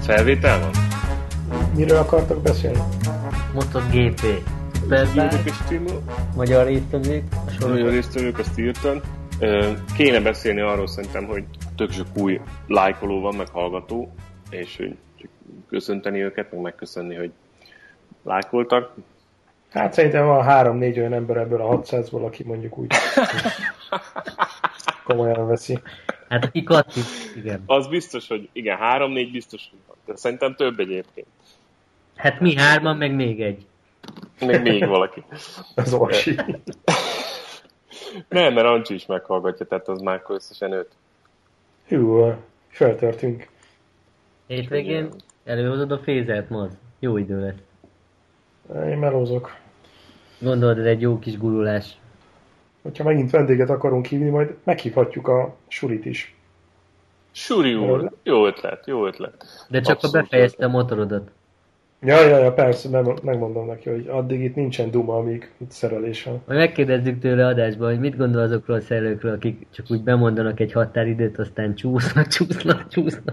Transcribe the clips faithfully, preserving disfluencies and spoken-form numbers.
Felvétel van? Miről akartak beszélni? MotoGP. Superbike. Magyar résztvevők. A magyar résztvevők, azt írtam. Kéne beszélni arról szerintem, hogy tök sok új lájkoló van, meg hallgató, és hogy köszönteni őket, meg megköszönni, hogy lájkoltak. Hát szerintem van három-négy olyan ember ebből a hatszázból, aki mondjuk úgy komolyan veszi. Hát aki Kati, igen. Az biztos, hogy igen, három-négy biztos, hogy van. De szerintem több egyébként. Hát mi hárman, meg még egy. Meg még valaki. Az orsi. Nem, mert Ancsi is meghallgatja, tehát az már összesen öt. Hű, feltörtünk. Hétvégén előhozod a fézert, Maz. Jó idő lesz. Én melózok. Gondolod, ez egy jó kis gurulás. Hogyha megint vendéget akarunk hívni, majd meghívhatjuk a Surit is. Suri úr, jó ötlet, jó ötlet. De csak ha befejezte a motorodat. Ja, ja, ja, persze, megmondom neki, hogy addig itt nincsen duma, amíg itt szerelés van. Majd megkérdezzük tőle adásban, hogy mit gondol azokról a szerelőkről, akik csak úgy bemondanak egy határidőt, aztán csúsznak, csúsznak, csúsznak.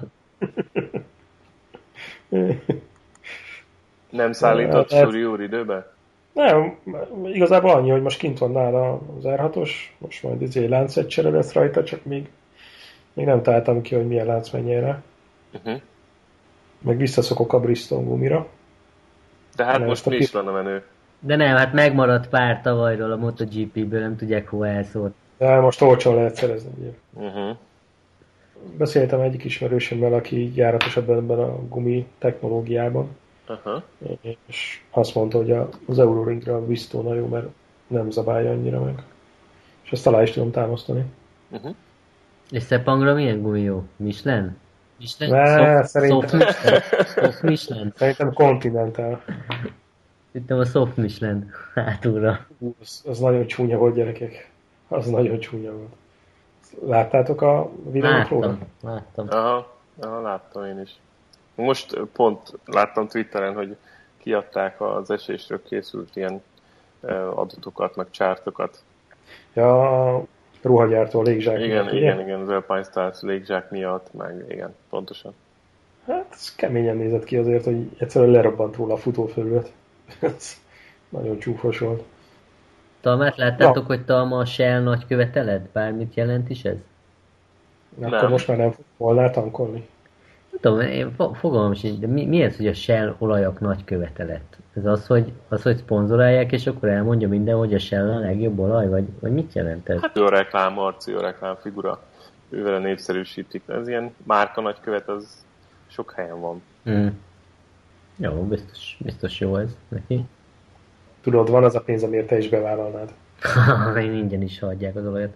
Nem szállított hát, Suri úr időben? Nem, igazából annyi, hogy most kint van nála az er hatos, most majd izé láncegycsere lesz rajta, csak még, még nem találtam ki, hogy milyen lánc mennyire. Uh-huh. Meg visszaszokok a Bridgestone gumira. De hát most mi is van a menő? De nem, hát megmaradt pár tavalyról a MotoGP-ből, nem tudják hova elszólt. De most olcsón lehet szerezni, ugye. Uh-huh. Beszéltem egyik ismerősömmel, aki járatosabb ebben a gumi technológiában. Uh-huh. És azt mondta, hogy az Euroringra a Bridgestone jó, mert nem zabálja annyira meg. És ezt alá is tudom támasztani. Uh-huh. És Sepangra milyen gumi jó? Michelin? Michelin? Ne, soft, szerintem... Soft Michelin? Soft Michelin? Szerintem Continental. Hittem a Soft Michelin hátulra. Az, az nagyon csúnya volt, gyerekek. Az nagyon csúnya volt. Láttátok a videót róla? Láttam, láttam. Aha, aha, láttam én is. Most pont láttam Twitteren, hogy kiadták az esésről készült ilyen adatokat, meg csártokat. Ja, a ruhagyártó, a légzsák. Igen, miatt, igen, igen, az Alpine Stars légzsák miatt, meg igen, pontosan. Hát ez keményen nézett ki azért, hogy egyszerűen lerobbant róla a futófelület. Ez nagyon csúfos volt. Talmát láttátok, ja. hogy Talma a Shell nagyköveteled? Bármit jelent is ez? Nem. Akkor most már nem fog volna tankolni. Nem tudom, én fogalmam sincs, de mi, mi ez, hogy a Shell olajak nagykövetelet? Ez az, hogy, az, hogy szponzorálják, és akkor elmondja minden, hogy a Shell a legjobb olaj, vagy, vagy mit jelent ez? Hát jó reklám arc, jó reklám figura, ővel népszerűsítik. Ez ilyen márka nagykövet, az sok helyen van. Mm. Jó, biztos, biztos jó ez neki. Tudod, van az a pénz, amiért te is bevállalnád. Én ingyen is hagyják az olajat.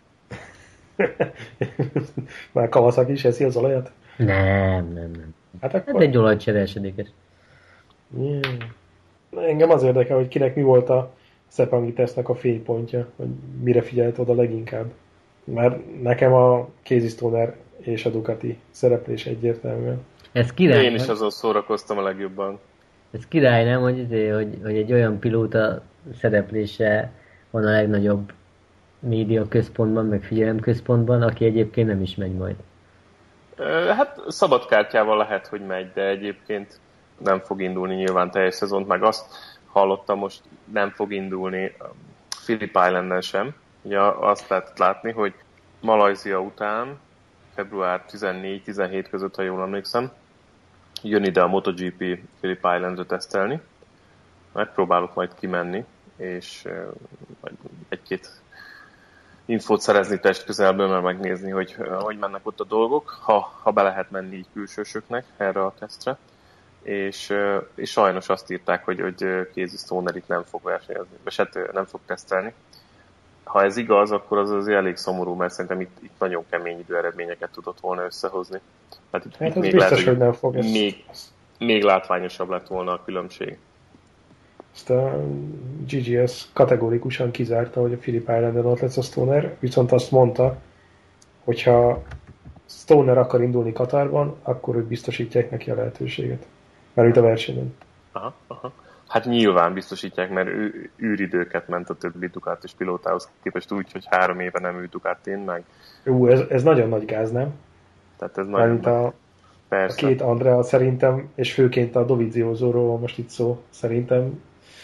Már Kawasaki is eszi az olajat? Nem, nem, nem. Hát akkor... Hát egy olajcseresedékes. Yeah. Engem az érdekel, hogy kinek mi volt a Seppangi tesztnek a fénypontja, hogy mire figyelt oda leginkább. Mert nekem a Casey Stoner és a Ducati szereplés egyértelműen. Ez király, én is azon szórakoztam a legjobban. Ez király, nem? Hogy, azért, hogy, hogy egy olyan pilóta szereplése van a legnagyobb média központban, meg figyelem központban, aki egyébként nem is megy majd. Hát szabadkártyával lehet, hogy megy, de egyébként nem fog indulni nyilván teljes szezont, meg azt hallottam most, nem fog indulni Phillip Islanden sem. Ugye azt lehet látni, hogy Malajzia után, február tizennégy-tizenhét között, ha jól emlékszem, jön ide a MotoGP Phillip Islandre tesztelni. Megpróbálok majd kimenni, és egy-két infót szerezni test közelből, mert megnézni, hogy hogy mennek ott a dolgok, ha, ha be lehet menni így külsősöknek erre a tesztre. És, és sajnos azt írták, hogy, hogy Casey Stoner itt nem fog versenyezni, vagy hát nem fog tesztelni. Ha ez igaz, akkor az azért elég szomorú, mert szerintem itt, itt nagyon kemény időeredményeket tudott volna összehozni. Hát itt, hát itt ez még biztos, lehet, hogy nem fog. Még, még látványosabb lett volna a különbség. Ezt a gé gé es kategórikusan kizárta, hogy a Phillip Islanden ott lesz a Stoner, viszont azt mondta, hogyha Stoner akar indulni Katarban, akkor ők biztosítják neki a lehetőséget. Mert itt a versenyen. Aha, aha. Hát nyilván biztosítják, mert ő űridőket ment a többi Ducatis pilótához képest úgy, hogy három éve nem ült Ducatin meg. Ú, ez, ez nagyon nagy gáz, nem? Tehát ez nagyon a, Persze. A két Andrea szerintem, és főként a Dovizioso-ról most itt szó, szerintem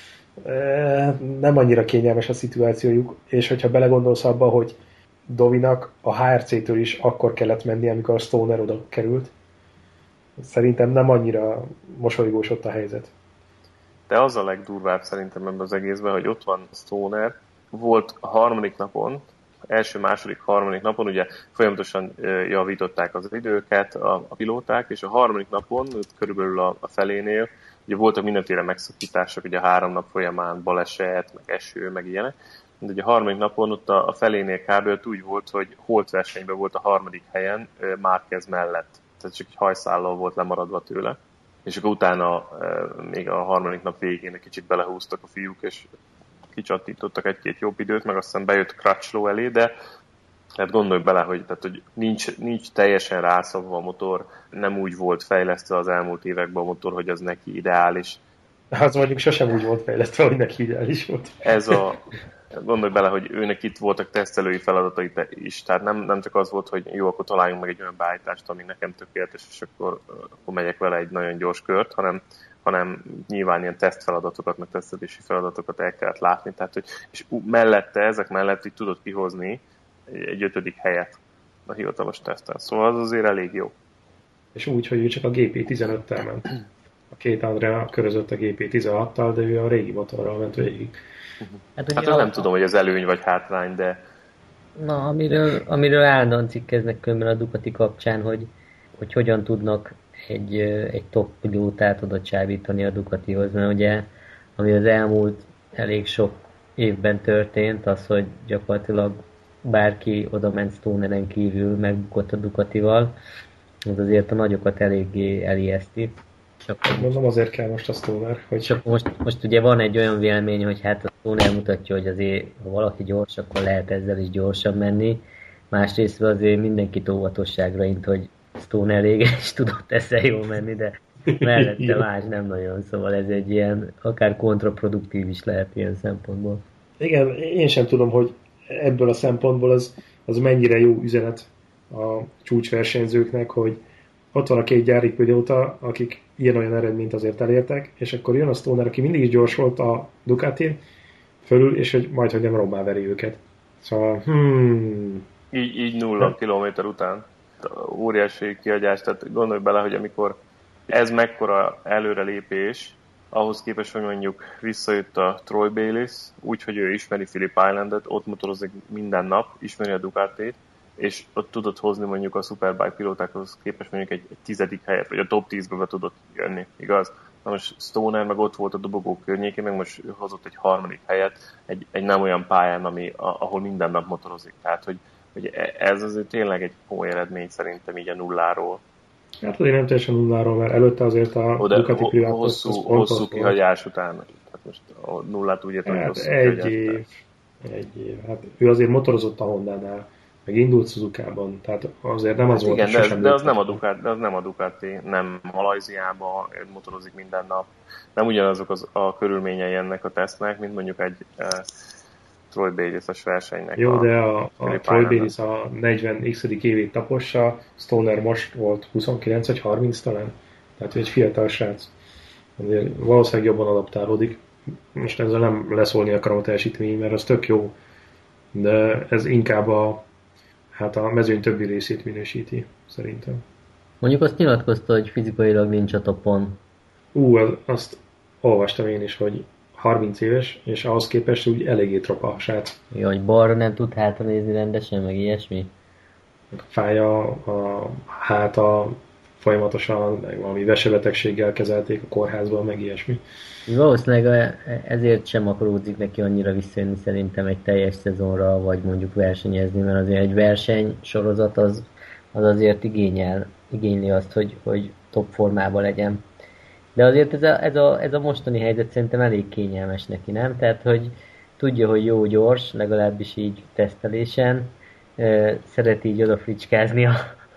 nem annyira kényelmes a szituációjuk, és hogyha belegondolsz abba, hogy Dovinak a há er cé-től is akkor kellett menni, amikor a Stoner oda került, szerintem nem annyira mosolygós ott a helyzet. De az a legdurvább szerintem ebben az egészben, hogy ott van Stoner, volt a harmadik napon, első, második, harmadik napon, ugye folyamatosan javították az időket a, a pilóták, és a harmadik napon, körülbelül a, a felénél, ugye voltak mindenféle megszakítások, ugye a három nap folyamán baleset, meg eső, meg ilyenek, de ugye a harmadik napon ott a, a felénél kb. Úgy volt, hogy holt versenyben volt a harmadik helyen Márquez mellett, tehát csak egy hajszállal volt lemaradva tőle, és akkor utána még a harmadik nap végén egy kicsit belehúztak a fiúk, és kicsattítottak egy-két jobb időt, meg aztán bejött Crutchlow elé, de hát gondolj bele, hogy, tehát, hogy nincs, nincs teljesen rászabva a motor, nem úgy volt fejlesztve az elmúlt években a motor, hogy az neki ideális. Az mondjuk sosem úgy volt fejlesztve, hogy neki ideális volt. Ez a, gondolj bele, hogy őnek itt voltak tesztelői feladatai is, tehát nem, nem csak az volt, hogy jó, akkor találjunk meg egy olyan beállítást, ami nekem tökéletes, és akkor, akkor megyek vele egy nagyon gyors kört, hanem hanem nyilván ilyen tesztfeladatokat, meg tesztelési feladatokat el kellett látni, tehát, hogy, és mellette, ezek mellett így tudod kihozni egy ötödik helyet a hivatalos teszten. Szóval az azért elég jó. És úgy, hogy ő csak a gé pé tizenöttel ment. A két Andrea körözött a gé pé tizenhattal, de ő a régi motorral ment végig. Hát, hát a... nem tudom, hogy az előny vagy hátrány, de... Na, amiről, amiről állandóan cikkeznek különben a Ducati kapcsán, hogy, hogy hogyan tudnak egy, egy top pilótát oda csábítani a Ducatihoz, mert ugye, ami az elmúlt elég sok évben történt, az, hogy gyakorlatilag bárki oda ment Stoneren kívül megbukott a Ducatival, az azért a nagyokat eléggé elijeszti. Csak mondom, azért kell most a Stoner. Hogy... Csak most, most ugye van egy olyan vélemény, hogy hát a Stoner mutatja, hogy azért, ha valaki gyors, akkor lehet ezzel is gyorsan menni. Másrészt azért mindenkit óvatosságra int, hogy Stoner régen is tudott ezzel jól menni, de mellette más nem nagyon, szóval ez egy ilyen, akár kontraproduktív is lehet ilyen szempontból. Igen, én sem tudom, hogy ebből a szempontból az, az mennyire jó üzenet a csúcsversenyzőknek, hogy ott van a két gyári pilóta, akik ilyen-olyan eredményt azért elértek, és akkor jön a Stoner, aki mindig is gyors volt a Ducatin fölül, és hogy majd, hogy nem rommá veri őket. Szóval, hmm... Így, így nulla kilométer után. Óriási kiagyás, tehát gondolj bele, hogy amikor ez mekkora előrelépés, ahhoz képest, hogy mondjuk visszajött a Troy Bayliss, úgyhogy ő ismeri Phillip Islandet, ott motorozik minden nap, ismeri a Ducatit, és ott tudod hozni mondjuk a Superbike pilótákhoz képest mondjuk egy, egy tizedik helyet, vagy a top tízbe be tudod jönni, igaz? Na most Stoner meg ott volt a dobogó környékén, meg most hozott egy harmadik helyet, egy, egy nem olyan pályán, ami, ahol minden nap motorozik. Tehát, hogy, hogy ez azért tényleg egy komoly eredmény szerintem így a nulláról. Hát azért nem teljesen nulláról, mert előtte azért a Oda, Ducati pilóta hosszú, hosszú kihagyás után. Tehát most a nullát úgy értem, hát hogy hosszú egy kihagyás év, után. egy év. Hát ő azért motorozott a Hondánál, meg indult Suzuka-ban, tehát azért nem az hát volt, igen, hogy de, de az nem a Ducati, de az nem a Ducati, nem Malajziában motorozik minden nap. Nem ugyanazok az, a körülményei ennek a tesztnek, mint mondjuk egy uh, Troy Bayliss-es versenynek. Jó, a, de a, a Troy Bayliss a negyven x évét tapossa, Stoner most volt huszonkilenc vagy harminc talán, tehát egy fiatal srác. Azért valószínűleg jobban adaptálódik. Most ezzel nem leszólni akarom a teljesítmény, mert az tök jó, de ez inkább a, hát a mezőny többi részét minősíti, szerintem. Mondjuk azt nyilatkozta, hogy fizikailag nincs a topon. Ú, az, azt olvastam én is, hogy harminc éves, és ahhoz képest úgy eléggé tropa a srác. Ja, hogy balra nem tud hátra nézni rendesen, meg ilyesmi. A fája, a háta folyamatosan, meg valami vesebetegséggel kezelték a kórházban, meg ilyesmi. Valószínűleg ezért sem akaródzik neki annyira visszajönni szerintem egy teljes szezonra, vagy mondjuk versenyezni, mert azért egy versenysorozat az, az azért igényel, igényli azt, hogy, hogy top formában legyen. De azért ez a, ez, a, ez a mostani helyzet szerintem elég kényelmes neki, nem? Tehát, hogy tudja, hogy jó gyors, legalábbis így tesztelésen, szereti így odafricskázni a,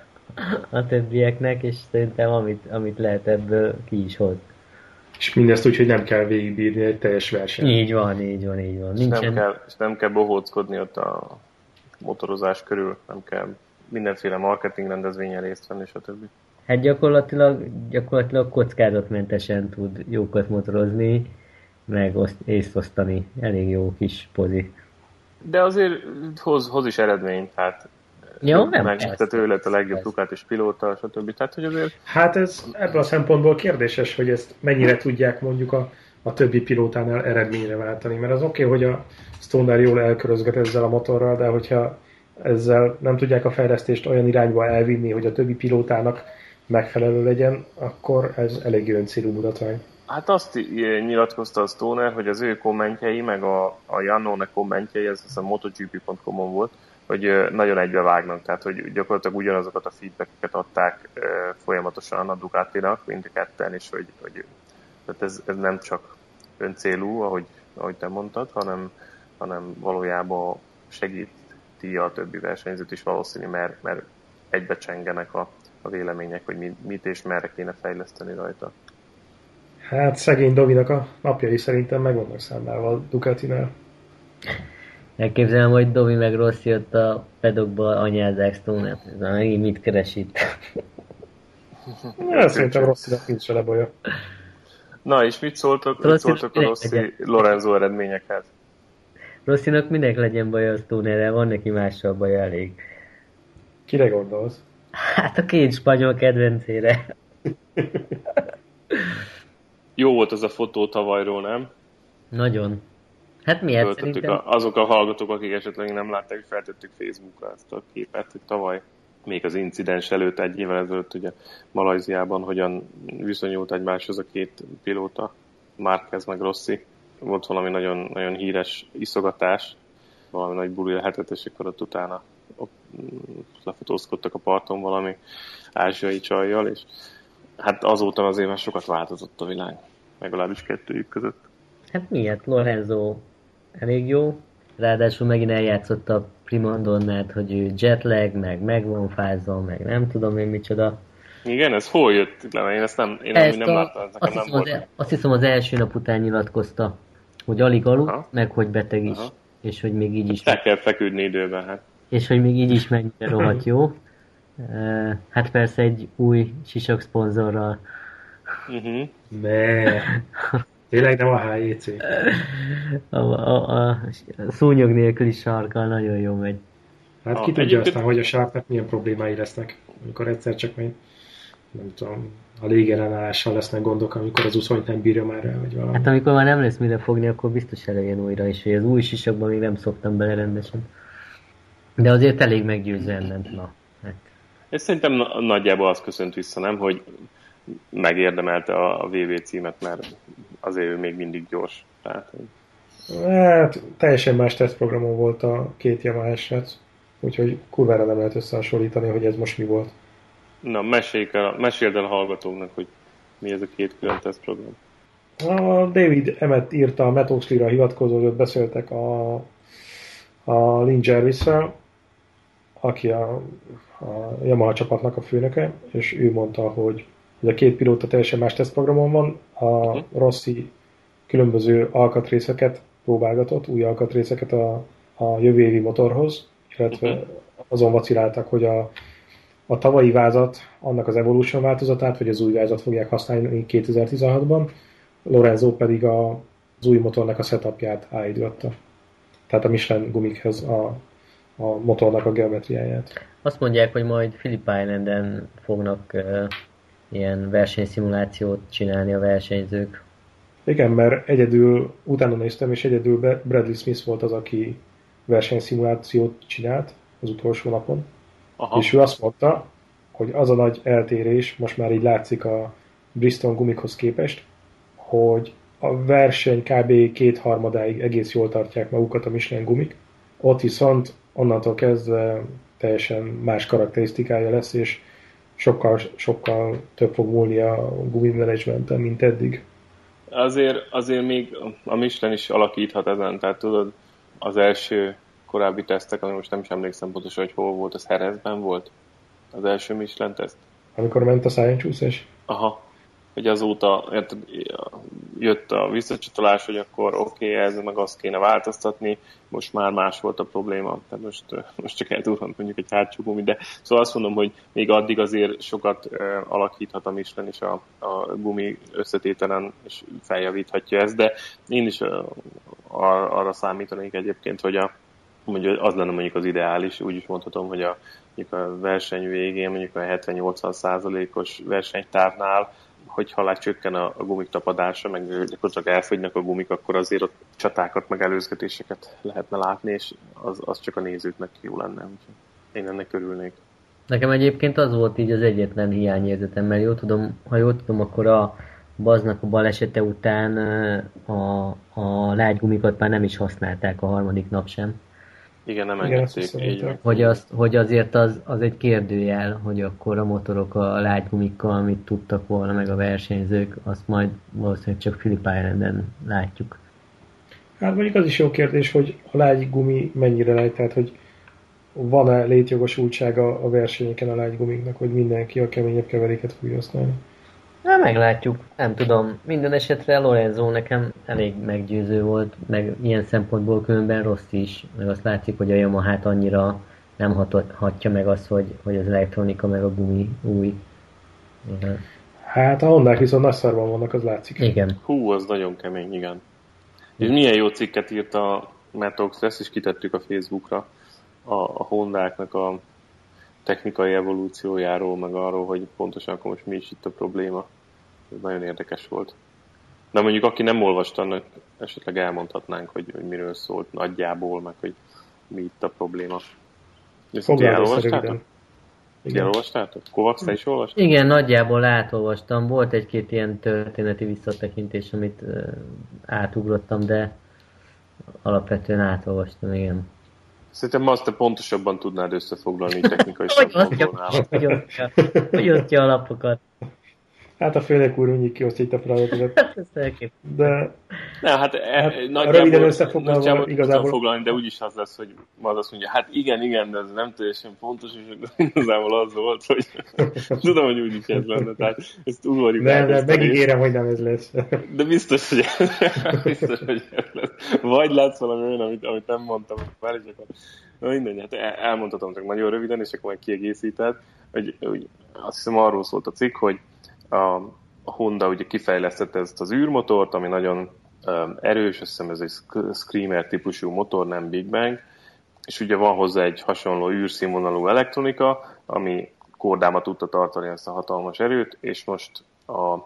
a többieknek, és szerintem amit, amit lehet ebből ki is hoz. És mindezt úgy, hogy nem kell végigbírni egy teljes versenyt. Így van, így van, így van. És, Nincsen... nem kell, és nem kell bohóckodni ott a motorozás körül, nem kell mindenféle marketing rendezvényen részt venni, stb. Hát gyakorlatilag, gyakorlatilag kockázatmentesen tud jókat motorozni, meg oszt, észt osztani. Elég jó kis pozi. De azért hoz, hoz is eredményt, hát Jó, nem megmutatta tőle a legjobb Ducatis pilóta, stb. Tehát, hogy azért... Hát ez ebből a szempontból kérdéses, hogy ezt mennyire tudják mondjuk a, a többi pilótánál eredményre váltani, mert az oké, okay, hogy a Stoner jól elkörözget ezzel a motorral, de hogyha ezzel nem tudják a fejlesztést olyan irányba elvinni, hogy a többi pilótának megfelelő legyen, akkor ez elég öncélú mutatvány. Hát azt nyilatkozta a Stoner, hogy az ő kommentjei, meg a, a Jannone kommentjei, ez hiszem MotoGP pont com-on volt, hogy nagyon egybevágnak, tehát hogy gyakorlatilag ugyanazokat a feedbackeket adták e, folyamatosan a Ducatinak, mind a ketten, és hogy, hogy tehát ez, ez nem csak öncélú, ahogy, ahogy te mondtad, hanem, hanem valójában segíti a többi versenyzőt is valószínű, mert, mert egybecsengenek a, a vélemények, hogy mit, mit és merre kéne fejleszteni rajta. Hát szegény Dovinak a napjai szerintem meg vannak számlával a Ducatinál. Elképzelem, hogy Dovi meg Rossi ott a pedokba anyázzák Stoner-t. Ez megint mit keres itt? Ja, szerintem Rossinak nincs vele baja. Na, és mit szóltok, mit szóltok a Rossi Lorenzo eredményekhez? Rossinak minek legyen baja a Stonerrel, van neki mással baja elég. Kire gondolsz? Hát a két spanyol kedvencére. Jó volt az a fotó tavalyról, nem? Nagyon. Hát miért szerintem? A, azok a hallgatók, akik esetleg nem látták, hogy feltettük Facebookra ezt a képet, hogy tavaly, még az incidens előtt, egy évvel ezelőtt ugye Malajziában hogyan viszonyult egymáshoz a két pilóta, Márquez meg Rossi. Volt valami nagyon, nagyon híres iszogatás, valami nagy buli lehetett, és akkor ott utána ott lefotózkodtak a parton valami ázsiai csajjal, és hát azóta azért már sokat változott a világ, legalábbis kettőjük között. Hát miért? Lorenzo elég jó, ráadásul megint eljátszotta a primandonnát, hogy ő jetlag, meg meg van fázva, meg nem tudom én micsoda. Igen, ez hol jött le? Én ezt nem, én nem, nem a, láttam, ez nekem azt, nem hiszem volt. az, azt hiszem az első nap után nyilatkozta, hogy alig aludt, aha, meg hogy beteg is, aha, és hogy még így is... Te kell feküdni időben, hát. És hogy még így is mennyire rohadt jó. Hát persze egy új sisak szponzorral. Uh-huh. Ne. Tényleg nem a há jé cé. A, a, a szúnyog nélküli sarkkal nagyon jó megy. Hát ki tudja egyébként... aztán, hogy a sárknak milyen problémái lesznek, amikor egyszer csak még, nem tudom, a légellenállással lesznek gondok, amikor az uszonyt nem bírja már el, vagy valami. Hát amikor már nem lesz mire fogni, akkor biztos előjön újra, és hogy az új sisakban még nem szoktam bele rendesen. De azért elég meggyőzően ment, na. Hát. És szerintem nagyjából azt köszönt vissza, nem, hogy megérdemelte a vé vé címet, mert azért ő még mindig gyors. Tehát, hát teljesen más tesztprogramon volt a két Yamaha srác, úgyhogy kurvára nem lehet összehasonlítani, hogy ez most mi volt. Na, meséljük el, meséld el a hallgatóknak, hogy mi ez a két külön tesztprogram. A David Emmett írta, a Matt Oxley-ra hivatkozódott, beszéltek a, a Lynn Jarvis-szel, aki a, a Yamaha csapatnak a főnöke, és ő mondta, hogy a két pilóta teljesen más tesztprogramon van, a uh-huh. Rossi különböző alkatrészeket próbálgatott, új alkatrészeket a, a jövő évi motorhoz, illetve uh-huh. azon vaciláltak, hogy a, a tavalyi vázat, annak az Evolution változatát, vagy az új vázat fogják használni kétezer-tizenhatban, Lorenzo pedig a, az új motornak a setupját állítgatta. Tehát a Michelin gumikhez a, a motornak a geometriáját. Azt mondják, hogy majd Phillip Islanden fognak uh, ilyen versenyszimulációt csinálni a versenyzők. Igen, mert egyedül, utána néztem, és egyedül Bradley Smith volt az, aki versenyszimulációt csinált az utolsó napon. Aha. És ő azt mondta, hogy az a nagy eltérés, most már így látszik a Bristol gumikhoz képest, hogy a verseny kb. Kétharmadáig egész jól tartják magukat a Michelin gumik, ott viszont onnantól kezdve teljesen más karakterisztikája lesz, és sokkal, sokkal több fog múlni a gumimenedzsmenten, mint eddig. Azért, azért még a Michelin is alakíthat ezen, tehát tudod, az első korábbi tesztek, ami most nem is emlékszem pontosan, hogy hol volt, az Jerezben volt az első Michelin teszt. Amikor ment a szájáncsúszás? Aha, hogy azóta jött a visszacsatolás, hogy akkor oké, okay, ez meg azt kéne változtatni, most már más volt a probléma, tehát most, most csak eltúrhat mondjuk egy hátsó gumi, de szóval azt mondom, hogy még addig azért sokat uh, alakíthat a Michelin is a, a gumi összetételen, és feljavíthatja ezt, de én is uh, ar- arra számítanék egyébként, hogy a, mondjuk az lenne mondjuk az ideális, úgy is mondhatom, hogy a, mondjuk a verseny végén, mondjuk a hetven-nyolcvan százalékos versenytávnál, hogyha lecsökken a, a gumik tapadása, meg gyakorlatilag elfogynak a gumik, akkor azért ott csatákat, meg előzgetéseket lehetne látni, és az, az csak a nézőknek jó lenne. Úgyhogy én ennek örülnék. Nekem egyébként az volt így az egyetlen hiányérzetem, mert jól tudom, ha jól tudom, akkor a Baznak a balesete után a, a lágygumikat már nem is használták a harmadik nap sem. Igen, nem engedték. Hogy, az, hogy azért az, az egy kérdőjel, hogy akkor a motorok a lágygumikkal, amit tudtak volna, meg a versenyzők, azt majd valószínűleg csak Phillip Islanden látjuk. Hát mondjuk az is jó kérdés, hogy a lágygumi mennyire lágy, tehát hogy van-e létjogosultsága a versenyeken a lágygumiknak, hogy mindenki a keményebb keveréket fogja használni. Na, meglátjuk. Nem tudom. Minden esetre Lorenzo nekem elég meggyőző volt, meg ilyen szempontból különben rossz is. Meg azt látszik, hogy a Yamahát annyira nem hatott, hatja meg azt, hogy, hogy az elektronika meg a gumi új. Igen. Hát a Hondák viszont nagy szarban vannak, az látszik. Igen. Hú, az nagyon kemény, igen. És milyen jó cikket írt a Metox, ezt is kitettük a Facebookra, a, a Hondáknak a technikai evolúciójáról, meg arról, hogy pontosan akkor most mi is itt a probléma. Ez nagyon érdekes volt. De mondjuk aki nem olvasta, annak esetleg elmondhatnánk, hogy, hogy miről szólt nagyjából, meg hogy mi itt a probléma. Ezt ti elolvastátok? Ti elolvastátok? Kovacs, te is olvastál? Igen, nagyjából átolvastam. Volt egy-két ilyen történeti visszatekintés, amit uh, átugrottam, de alapvetően átolvastam, igen. Szerintem azt te pontosabban tudnád összefoglalni technikai szempontból. Hogy osztja a lapokat? Hát a főnök úr mindig kiosztja itt a feladatokat. De... Nem, hát, hát nagyjából, röviden összefoglalva igazából foglalni, de úgyis az lesz, hogy az azt mondja, hát igen, igen, de ez nem teljesen pontos, és igazából az volt, hogy tudom, hogy úgyis ez lenne, tehát ezt ugorjuk. Nem, nem, megígérem, hogy nem ez lesz. De biztos, hogy biztos, hogy ez lesz. Vagy látsz valami olyan, amit, amit nem mondtam, már is akkor. Na mindegy, hát elmondhatom csak nagyon röviden, és akkor majd kiegészíted, hogy, hogy azt hiszem arról szólt a cikk, hogy a, a Honda ugye kifejlesztette ezt az űrmotort, ami nagyon um, erős, azt hiszem ez egy Screamer típusú motor, nem Big Bang, és ugye van hozzá egy hasonló űrszínvonalú elektronika, ami kordában tudta tartani ezt a hatalmas erőt, és most a, uh,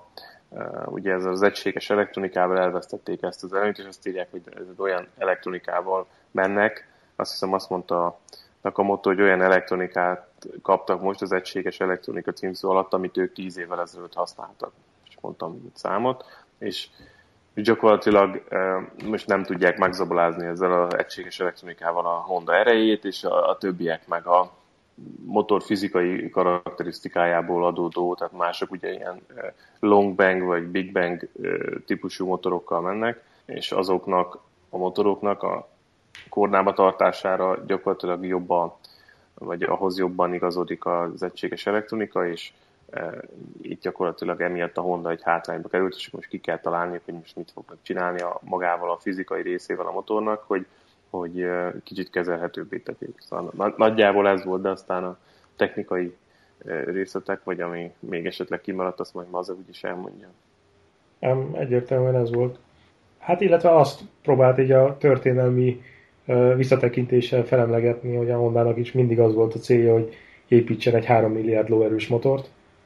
ugye ez az egységes elektronikával elvesztették ezt az előnyt, és azt írják, hogy ez olyan elektronikával mennek, azt hiszem azt mondta Nakamoto, hogy olyan elektronikát kaptak most az egységes elektronika címszó alatt, amit ők tíz évvel ezelőtt használtak. És mondtam egy számot, és gyakorlatilag most nem tudják megzabolázni ezzel az egységes elektronikával a Honda erejét, és a, a többiek meg a motor fizikai karakterisztikájából adódó, tehát mások ugye ilyen long bang vagy big bang típusú motorokkal mennek, és azoknak a motoroknak a kordába tartására gyakorlatilag jobban, vagy ahhoz jobban igazodik az egységes elektronika, és e, itt gyakorlatilag emiatt a Honda egy hátrányba került, és most ki kell találni, hogy most mit fognak csinálni a, magával a fizikai részével a motornak, hogy, hogy e, kicsit kezelhetőbbé tegyék. Szóval nagyjából ez volt, de aztán a technikai e, részletek, vagy ami még esetleg kimaradt, azt majd Maza úgyis elmondja. Nem, egyértelműen ez volt. Hát illetve azt próbált így a történelmi visszatekintéssel felemlegetni, hogy a Hondának is mindig az volt a célja, hogy építsen egy három milliárd lóerős motort,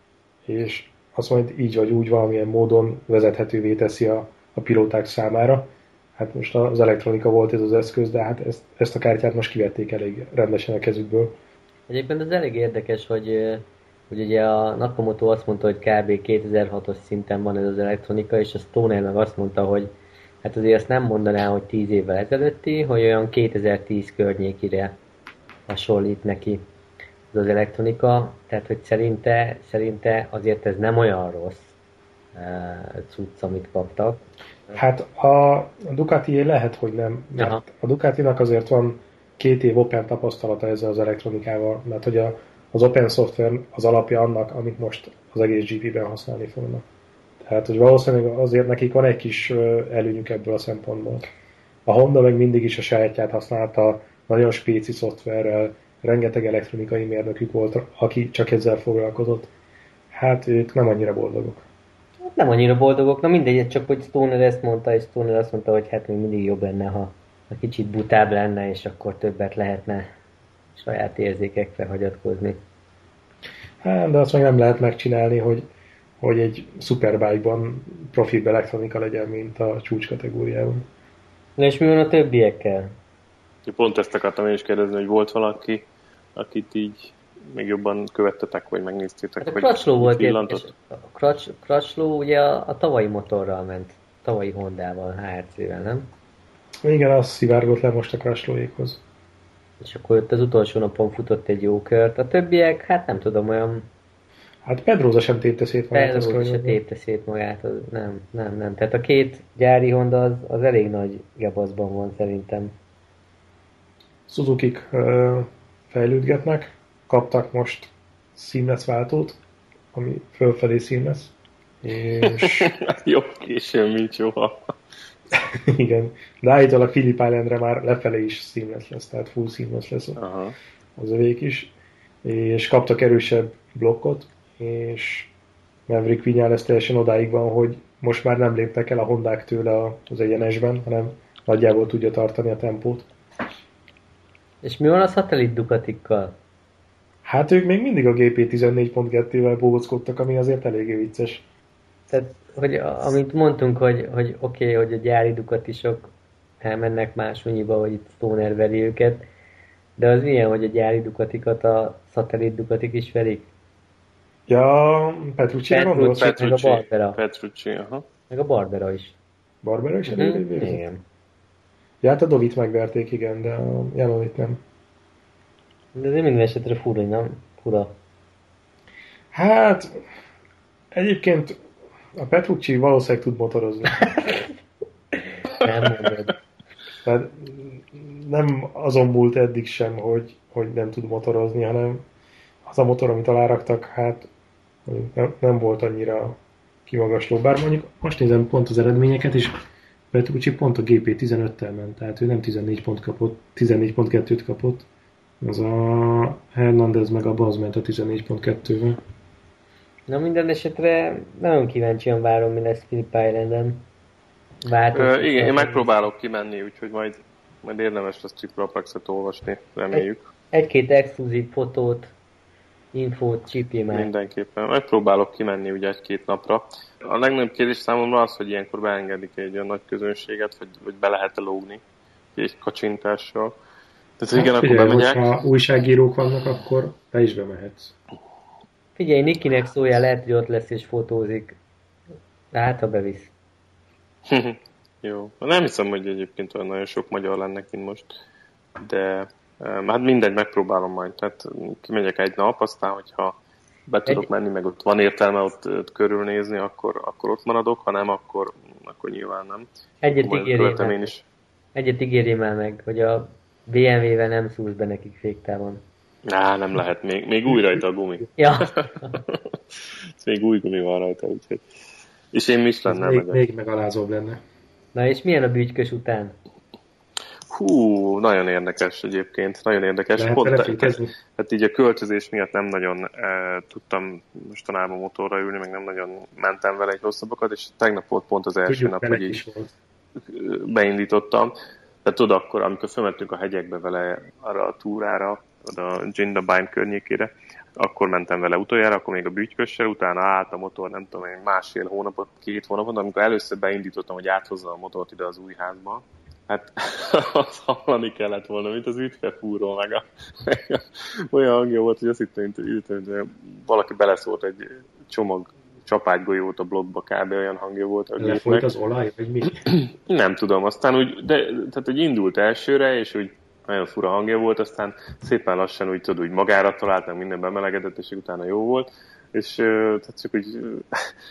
és azt majd így vagy úgy valamilyen módon vezethetővé teszi a, a pilóták számára. Hát most az elektronika volt ez az eszköz, de hát ezt, ezt a kártyát most kivették elég rendesen a kezükből. Egyébként ez elég érdekes, hogy, hogy ugye a Nakamoto azt mondta, hogy kb. kétezer-hatos szinten van ez az elektronika, és a Stoner meg azt mondta, hogy hát azért azt nem mondaná, hogy tíz évvel ezelőtti, hogy olyan kétezer-tíz környékire hasonlít neki az, az elektronika, tehát hogy szerinte, szerinte azért ez nem olyan rossz uh, cucc, amit kaptak. Hát a Ducati lehet, hogy nem. Mert a Ducatinak azért van két év Open tapasztalata ezzel az elektronikával, mert hogy a, az Open Software az alapja annak, amit most az egész gé pében használni fognak. Tehát, hogy valószínűleg azért nekik van egy kis előnyük ebből a szempontból. A Honda meg mindig is a sajátját használta, nagyon spéci szoftverrel, rengeteg elektronikai mérnökük volt, aki csak ezzel foglalkozott. Hát ők nem annyira boldogok. Nem annyira boldogok, na mindegy, csak hogy Stoner ezt mondta, és Stoner azt mondta, hogy hát még mindig jobb lenne, ha ha kicsit butább lenne, és akkor többet lehetne saját érzékekre hagyatkozni. Hát, de azt meg nem lehet megcsinálni, hogy, hogy egy Superbike-ban profibb elektronika legyen, mint a csúcs kategóriában. Na és mi van a többiekkel? Pont ezt akartam én is kérdezni, hogy volt valaki, akit így még jobban követtetek, vagy megnéztétek, Hát a vagy Crutchlow volt villantott? érdekes. A Crutch, Crutchlow ugye a, a tavalyi motorral ment, tavalyi Hondával, há er cé-vel, nem? Igen, az szivárgott le most a Crutchlowékhoz. És akkor ott az utolsó napon futott egy jó kört. A többiek, hát nem tudom, olyan Hát Pedrosa sem tépte szét magát. Pedrosa se tépte szét magát, az nem, nem, nem. Tehát a két gyári Honda az, az elég nagy gebaszban van szerintem. Suzukik uh, fejlődgetnek, kaptak most seamless váltót, ami fölfelé seamless. És Jobb későn, mint soha. igen, de állítólag Phillip Islandre már lefelé is seamless lesz, tehát full seamless lesz Aha. az övék is. És kaptak erősebb blokkot, és Maverick Viñales teljesen odáig van, hogy most már nem léptek el a Hondák tőle az egyenesben, hanem nagyjából tudja tartani a tempót. És mi van a szatellit Ducatikkal? Hát ők még mindig a gé pé tizennégy pont kettővel bóckodtak, ami azért eléggé vicces. Tehát, hogy a- amit mondtunk, hogy, hogy oké, okay, hogy a gyári Ducatisok elmennek máshonyiba, hogy itt Stoner veri őket, de az milyen, hogy a gyári Ducatikat a szatellit Ducatik is verik? Ja, Petrucci-re gondolsz? Petrucci. Meg a Petrucci, Barbera. Petrucci, aha. Meg a Barbera is. Barbera is Mhm, elég vérzett? igen. Ja, hát a Dovit megverték, igen, de a Janonit nem. De azért minden esetre fura, nem? Fura. Hát, egyébként a Petrucci valószínűleg tud motorozni. Nem mondod. Tehát nem azon múlt eddig sem, hogy, hogy nem tud motorozni, hanem az a motor, amit aláraktak, hát nem, nem volt annyira kimagasló. Bár mondjuk most nézem pont az eredményeket, és Petrucci pont a gé pé tizenöttel ment, tehát ő nem tizennégy pont kapott, tizennégy pont kettőt kapott. Az a Hernández meg a Baz ment a tizennégy pont kettővel. Na minden esetre nagyon kíváncsian várom, mi lesz Phillip Islanden. Ö, igen, én megpróbálok kimenni, úgyhogy majd, majd érdemes lesz Triple Apex-et olvasni, reméljük. Egy-két exkluzív fotót, infót csípjé már. Mindenképpen. Megpróbálok kimenni ugye egy-két napra. A legnagyobb kérdés számomra az, hogy ilyenkor beengedik egy olyan nagy közönséget, vagy, vagy be lehet-e lógni egy kacsintással. Tehát Hát igen, akkor figyelj, bemegyek. hogyha újságírók vannak, akkor te is bemehetsz. Figyelj, Nikinek szóljál, lehet, hogy ott lesz és fotózik. De hát, ha bevisz. Jó. Nem hiszem, hogy egyébként olyan nagyon sok magyar lenne kint most, de hát mindegy, megpróbálom majd. Tehát kimegyek egy nap, aztán, hogyha be tudok egy... menni, meg ott van értelme ott, ott körülnézni, akkor, akkor ott maradok, ha nem, akkor, akkor nyilván nem. Egyet ígérjem el, is. Egyet ígérjem el meg, hogy a bé em vé-vel nem szúrsz be nekik féktávon. Á, nem lehet, még, még új rajta a gumi. Ja. még új gumi van rajta, úgyhogy. És én Michelin-nel még, megyek. még megalázóbb lenne. Na és milyen a bütykös után? Hú, nagyon érdekes egyébként, nagyon érdekes. Lehet Pont, tehát, hát így a költözés miatt nem nagyon e, tudtam mostanában motorra ülni, meg nem nagyon mentem vele egy hosszabbakat, és tegnap volt pont az első Tudjuk, nap, hogy így volt. beindítottam. Tehát tudod, akkor, amikor fölmentünk a hegyekbe vele arra a túrára, oda a Jindabyne környékére, akkor mentem vele utoljára, akkor még a bütykössel, utána állt a motor, nem tudom, másfél hónapot, két hónapot, amikor először beindítottam, hogy áthozzam a motort ide az új házba, hát azt hallani kellett volna, mint az ütkefúró, meg a, meg a olyan hangja volt, hogy azt hittem, hogy valaki beleszólt egy csomag csapágygolyót a blokkba, kb. Olyan hangja volt a gépnek. Lefolyt az olaj, vagy mi? Nem tudom, aztán úgy, de, tehát hogy indult elsőre, és úgy nagyon fura hangja volt, aztán szépen lassan úgy tudod, úgy magára talált, meg minden bemelegedett, és utána jó volt, és tehát csak úgy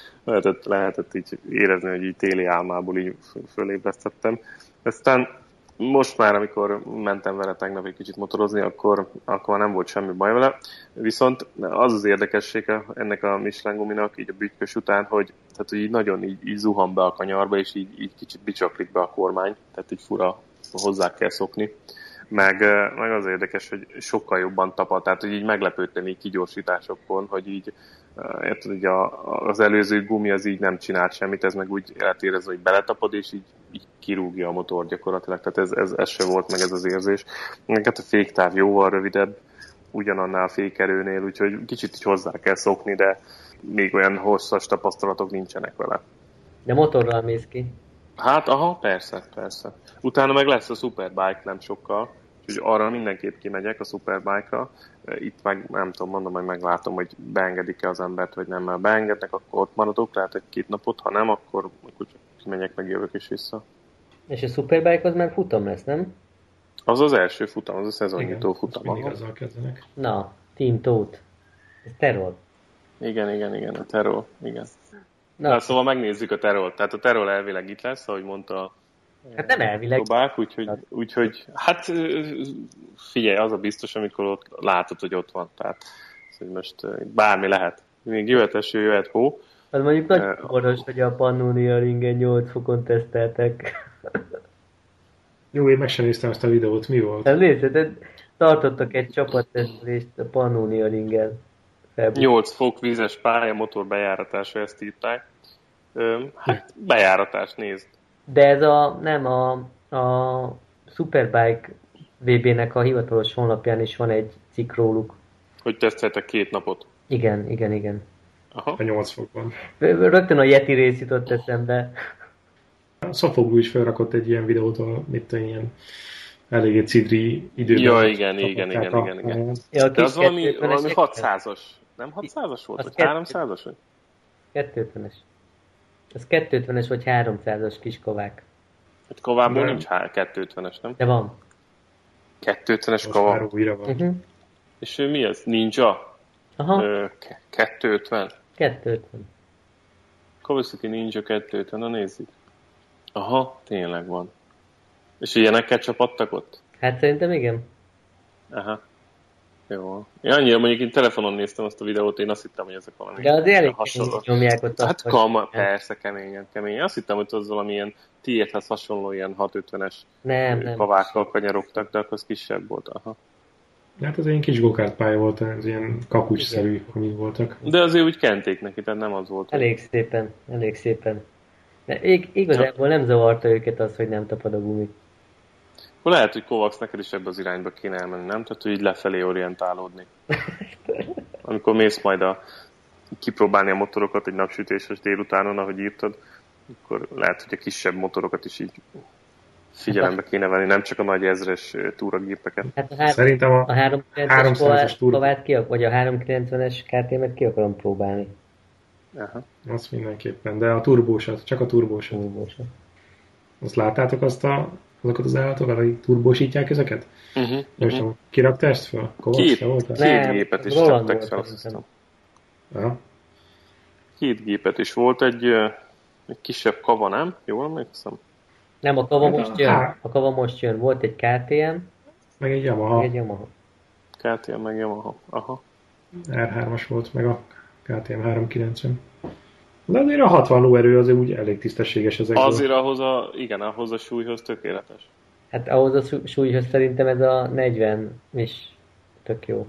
lehetett, lehetett így érezni, hogy így téli álmából így fölébresztettem. Aztán most már, amikor mentem vele tegnap egy kicsit motorozni, akkor, akkor nem volt semmi baj vele. Viszont az az érdekessége ennek a Michelin guminak így a bütykös után, hogy, tehát, hogy így nagyon így, így zuhan be a kanyarba, és így, így kicsit bicsaklik be a kormány, tehát így fura, hozzá kell szokni. Meg, meg az érdekes, hogy sokkal jobban tapad, tehát hogy így meglepődtem így kigyorsításokon, hogy így, érted, hogy a, az előző gumi az így nem csinált semmit, ez meg úgy eltérez, hogy beletapad, és így, így kirúgja a motor gyakorlatilag, tehát ez, ez, ez se volt meg ez az érzés. Meg hát a féktáv jóval rövidebb, ugyanannál a fékerőnél, úgyhogy kicsit így hozzá kell szokni, de még olyan hosszas tapasztalatok nincsenek vele. De motorral mész ki? Hát, aha, persze, persze. Utána meg lesz a Superbike nem sokkal, úgyhogy arra mindenképp kimegyek a Superbike-ra. Itt meg, nem tudom, mondom, hogy meglátom, hogy beengedik-e az embert, vagy nem, mert beengednek, akkor ott maradok, lehet egy-két napot, ha nem, akkor, akkor csak kimegyek, meg jövök is vissza. És a Superbike az már futam lesz, nem? Az az első futam, az a szezonnyitó futam. Mindig azzal kezdenek. Na, Team Tóth. Ez terror. Igen, igen, igen, a terror, igen. Na, Na, szóval megnézzük a terror. Tehát a terror elvileg itt lesz, ahogy mondta hát nem elvileg. Dobák, úgyhogy, úgyhogy, hát figyelj, az a biztos, amikor ott látod, hogy ott van. Tehát hogy most bármi lehet. Még jöhet eső, jöhet hó. Az mondjuk nagy uh, boros, hogy a Pannonia ringen nyolc fokon teszteltek. Jó, én meg sem néztem ezt a videót, mi volt? Nem nézted, tartottak egy csapattesztelést a Pannonia ringen. nyolc fok vízes pálya, motor bejáratása, ezt írták. Hát bejáratás, nézd. De ez a, nem, a, a Superbike vé bé-nek a hivatalos honlapján is van egy cikk róluk. Hogy teszteltek két napot. Igen, igen, igen. Aha. A nyolc fokban. Rögtön a Yeti rész jutott eszembe. A Szofoglú is felrakott egy ilyen videót, a, mit tudom, ilyen eléggé cidri időben. Ja, igen, igen, igen, a, igen, igen. Ja, de az valami, valami hatszázas. Nem hatszázas volt? Az Vagy háromszázas? Vagy? kétszázötvenes. Az kétszázötvenes vagy háromszázas kiskovák. Hát kovából nem. Nincs kétszázötvenes, nem? De van. kétszázötvenes kova. Újra van. Uh-huh. És ő mi az? Ninja? Aha. Ö, kétszázötven. kétszázötven. Kawasaki Ninja kétszázötven, na nézzük. Aha, tényleg van. És ilyenekkel csapattak ott? Hát szerintem igen. Aha. Jó. Én annyira mondjuk én telefonon néztem azt a videót, én azt hittem, hogy ezek valami de az elég hasonló. Nyomják ott. Hát kama, persze, keményen, keményen. Azt hittem, hogy az valamilyen tiédhez hasonló ilyen hatszázötvenes nem, nem. kavákkal kanyarogtak, de akkor az kisebb volt. Aha. Hát ez egy kis go-kart pálya volt, ez ilyen kapucsszerű, amik voltak. De azért úgy kenték neki, tehát nem az volt. Elég hogy... szépen, elég szépen. De ig- igazából nem zavarta őket az, hogy nem tapad a gumi. Lehet, hogy Kovacs neked is ebbe az irányba kéne elmenni, nem? Tehát, hogy így lefelé orientálódni. Amikor mész majd a, kipróbálni a motorokat egy napsütéses délutánon, ahogy írtad, akkor lehet, hogy a kisebb motorokat is így figyelembe kéne venni, nem csak a nagy ezres túragépeket. Hát a, hár- Szerintem a, a háromszázas kovát ki, vagy a háromszázkilencvenes ká té em-et ki akarom próbálni. Aha. Azt mindenképpen, de a turbósat, csak a turbósat. Turbósat. Azt láttátok azt a, azokat az állatokat, akik turbósítják ezeket? Uh-huh, Most uh-huh. kirakta ezt fel? Kovacs, Két, te voltál? két gépet is tettek fel, azt hiszem. Aha. Két gépet is volt, egy, egy kisebb kava, nem? Jól emlékszem? Nem, a kava most jön. Há. A kava most jön. Volt egy ká té em, Meg egy Yamaha. meg egy Yamaha. ká té em meg Yamaha. Aha. er hármas volt, meg a ká té em háromszázkilencven. De azért a hatvan lóerő azért úgy elég tisztességes ezekből. Azért ahhoz a, igen, ahhoz a súlyhoz tökéletes. Hát ahhoz a súlyhoz szerintem ez a negyven is tök jó.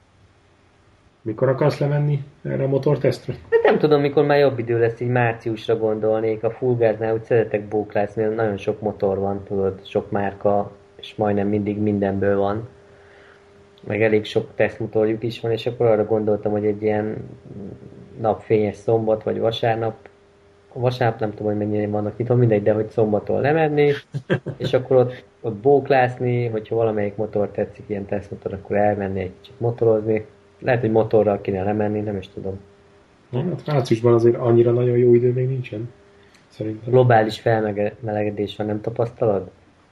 Mikor akarsz lemenni erre a motortesztre? Hát nem tudom, mikor már jobb idő lesz, így márciusra gondolnék. A fullgáznál úgy szeretek bóklászni, mert nagyon sok motor van, tudod, sok márka, és majdnem mindig mindenből van. Meg elég sok tesztmotorjuk is van, és akkor arra gondoltam, hogy egy ilyen napfényes szombat, vagy vasárnap, vasárnap nem tudom, hogy mennyire vannak nyitva, mindegy, de hogy szombaton lemenni, és akkor ott, ott bóklászni, hogyha valamelyik motor tetszik, ilyen tesztmotor, akkor elmenni egy kicsit motorozni. Lehet, hogy motorral kéne lemenni, nem is tudom. Hát márciusban azért annyira nagyon jó idő még nincsen. Szerintem. Globális felmelegedés van, nem tapasztalod?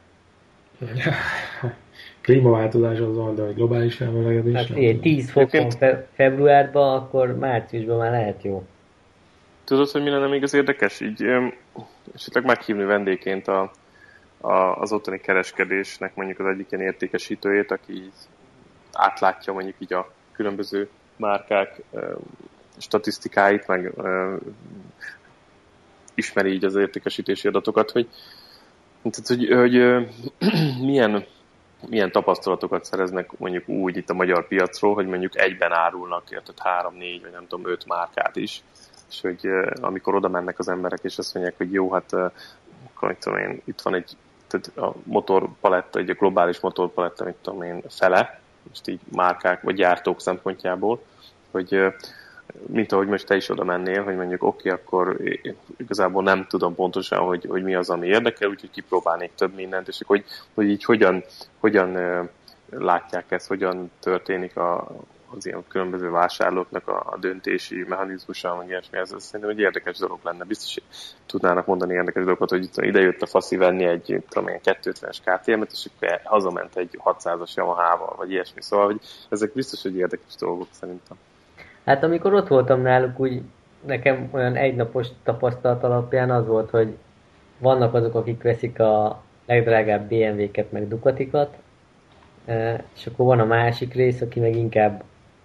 Klímaváltozás az van, de a globális felmelegedés... Hát ilyen tíz fokon fe- februárban, akkor márciusban már lehet jó. Tudod, hogy mi lenne még az érdekes? Így öm, esetleg meghívni vendégként a, az ottani kereskedésnek mondjuk az egyik ilyen értékesítőjét, aki így átlátja mondjuk így a különböző márkák statisztikáit, meg ismeri így az értékesítési adatokat, hogy, tehát, hogy, hogy milyen, milyen tapasztalatokat szereznek mondjuk úgy itt a magyar piacról, hogy mondjuk egyben árulnak, tehát három, négy, vagy nem tudom, öt márkát is, és hogy amikor oda mennek az emberek, és azt mondják, hogy jó, hát akkor tudom én, itt van egy, tehát a motorpaletta, egy a globális motorpaletta, mit tudom én, fele, most így márkák, vagy gyártók szempontjából, hogy mint ahogy most te is oda mennél, hogy mondjuk oké, okay, akkor igazából nem tudom pontosan, hogy, hogy mi az, ami érdekel, úgyhogy kipróbálnék több mindent, és hogy, hogy így hogyan, hogyan látják ezt, hogyan történik a, az ilyen különböző vásárlóknak a, a döntési mechanizmusa, meg ilyesmi, ez szerintem egy érdekes dolog lenne. Biztos, hogy tudnának mondani érdekes dolgokat, hogy ide jött a faszi venni egy, tudom én, kétszázötvenes ká té em-et, és akkor hazament egy hatszázas Yamaha-val, vagy ilyesmi. Szóval, hogy ezek biztos, hogy érdekes dolgok szerintem. Hát amikor ott voltam náluk, úgy nekem olyan egynapos tapasztalat alapján az volt, hogy vannak azok, akik veszik a legdrágább bé em vé-ket, meg Ducatikat, és akkor van a másik rész, aki meg inkább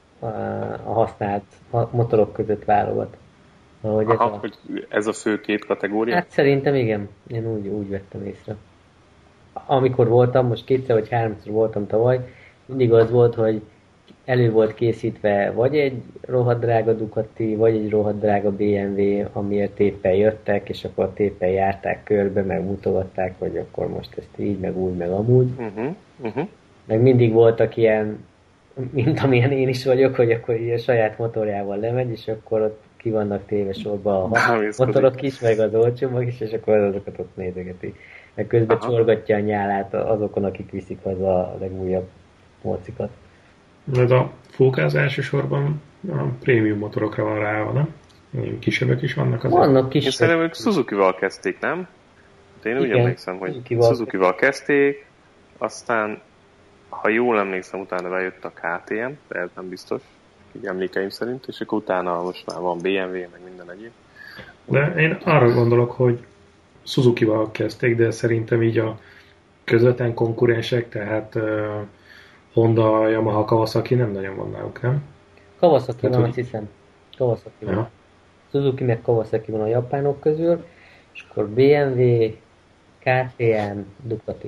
a használt motorok között válogat. Ahogy Aha, ez a... hogy ez a fő két kategória? Hát szerintem igen, én úgy, úgy vettem észre. Amikor voltam, most kétszer vagy háromszor voltam tavaly, mindig az volt, hogy elő volt készítve vagy egy rohadt drága Ducati, vagy egy rohadt drága bé em vé, amiért éppen jöttek, és akkor éppen járták körbe, meg mutogatták, hogy akkor most ezt így, meg úgy, meg amúgy. Uh-huh, uh-huh. Meg mindig voltak ilyen, mint amilyen én is vagyok, hogy akkor ilyen saját motorjával lemegy, és akkor ott ki vannak téve sorba a motorok is, meg az olcsóbbak is, és akkor azokat ott nézegeti. Meg közben Aha. csorgatja a nyálát azokon, akik viszik haza a legújabb mocikat. Ez a fókáz elsősorban a prémium motorokra van rá, nem? Kisebbek is vannak azért. Vannak kisebbek. Én szerintem ők Suzuki-val kezdték, nem? De én úgy emlékszem, hogy Suzuki-val, Suzuki-val kezdték, aztán, ha jól emlékszem, utána bejött a ká té em, de ez nem biztos, így emlékeim szerint, és akkor utána most már van bé em vé, meg minden egyéb. De én arra gondolok, hogy Suzuki-val kezdték, de szerintem így a közvetlen konkurensek, tehát uh, Honda, Yamaha, Kawasaki nem nagyon van náluk, nem? Kawasaki van, azt hiszem. Kawasaki van. Ja. Suzuki meg Kawasaki van a japánok közül, és akkor bé em vé, ká té em, Ducati.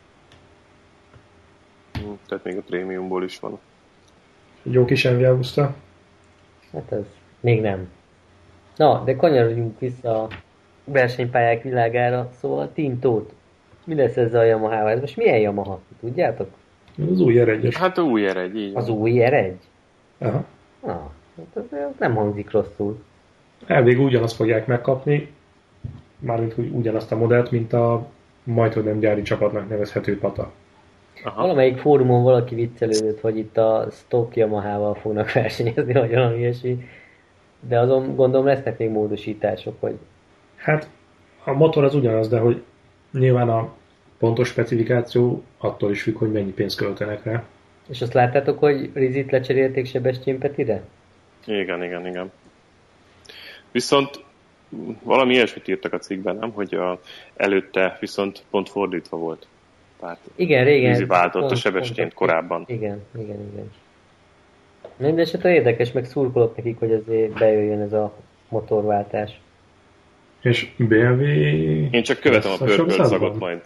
Tehát még a prémiumból is van. Jó kis em vé Agusta? Hát ez még nem. Na, de kanyarodjunk vissza a versenypályák világára, szóval a Team Tóth. Mi lesz ezzel a Yamaha-val? Ez most milyen Yamaha? Tudjátok? Az új er egyes. Hát új er egy, így van. Az új er egy? Aha. Na, ez nem hangzik rosszul. Elvégül ugyanazt fogják megkapni, mármint ugyanazt a modellt, mint a majdhogy nem gyári csapatnak nevezhető Pata. Aha. Valamelyik fórumon valaki viccelődött, hogy itt a stock Yamaha-val fognak versenyezni, vagy valami ilyesmi. De azon gondolom lesznek még módosítások, hogy... Hát a motor az ugyanaz, de hogy nyilván a pontos specifikáció attól is függ, hogy mennyi pénzt költenek rá. És azt láttátok, hogy Rizit lecserélték Sebestyén Petire? Igen, igen, igen. Viszont valami ilyesmit írtak a cikkben, nem? Hogy a, előtte viszont pont fordítva volt. Tehát igen, régen. Rizi váltott a Sebestyént korábban. Igen, igen, igen. Mindenesetre érdekes, meg szurkolok nekik, hogy azért bejöjjön ez a motorváltás. És bé em vé... Én csak követem a pörkölt szagot majd.